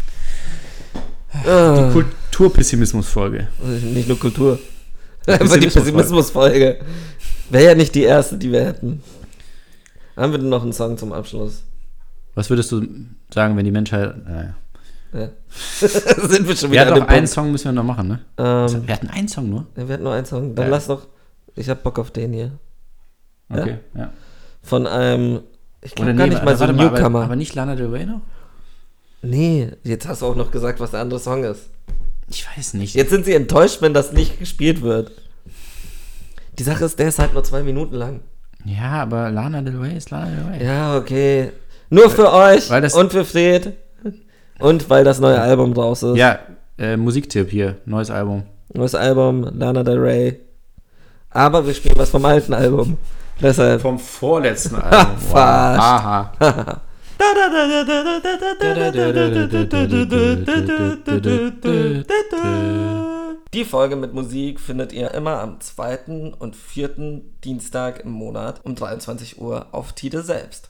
B: Die Kulturpessimismus-Folge.
C: Nicht nur Kultur. Einfach die Pessimismus-Folge. Wäre ja nicht die erste, die wir hätten. Haben wir denn noch einen Song zum Abschluss?
B: Was würdest du sagen, wenn die Menschheit... Naja.
C: Ja. Sind wir schon wieder
B: ja, an dem doch einen Song müssen wir noch machen, ne?
C: Ähm,
B: wir hatten einen Song nur?
C: Ja, wir hatten nur einen Song. Dann ja. lass doch... Ich hab Bock auf den hier.
B: Okay, ja. ja.
C: Von einem... Ich glaube
B: gar
C: nee,
B: nicht mal so ein Newcomer. Aber, aber nicht Lana Del Rey noch?
C: Nee, jetzt hast du auch noch gesagt, was der andere Song ist.
B: Ich weiß nicht.
C: Jetzt sind sie enttäuscht, wenn das nicht gespielt wird. Die Sache ist, der ist halt nur zwei Minuten lang.
B: Ja, aber Lana Del Rey ist Lana Del Rey.
C: Ja, okay. Nur für weil, euch
B: weil das
C: und für Fred. Und weil das neue Album raus ist.
B: Ja, äh, Musiktipp hier. Neues Album.
C: Neues Album, Lana Del Rey. Aber wir spielen was vom alten Album. Deshalb.
B: Vom vorletzten Album. Wow. Aha.
C: Die Folge mit Musik findet ihr immer am zweiten und vierten Dienstag im Monat um dreiundzwanzig Uhr auf Tide selbst.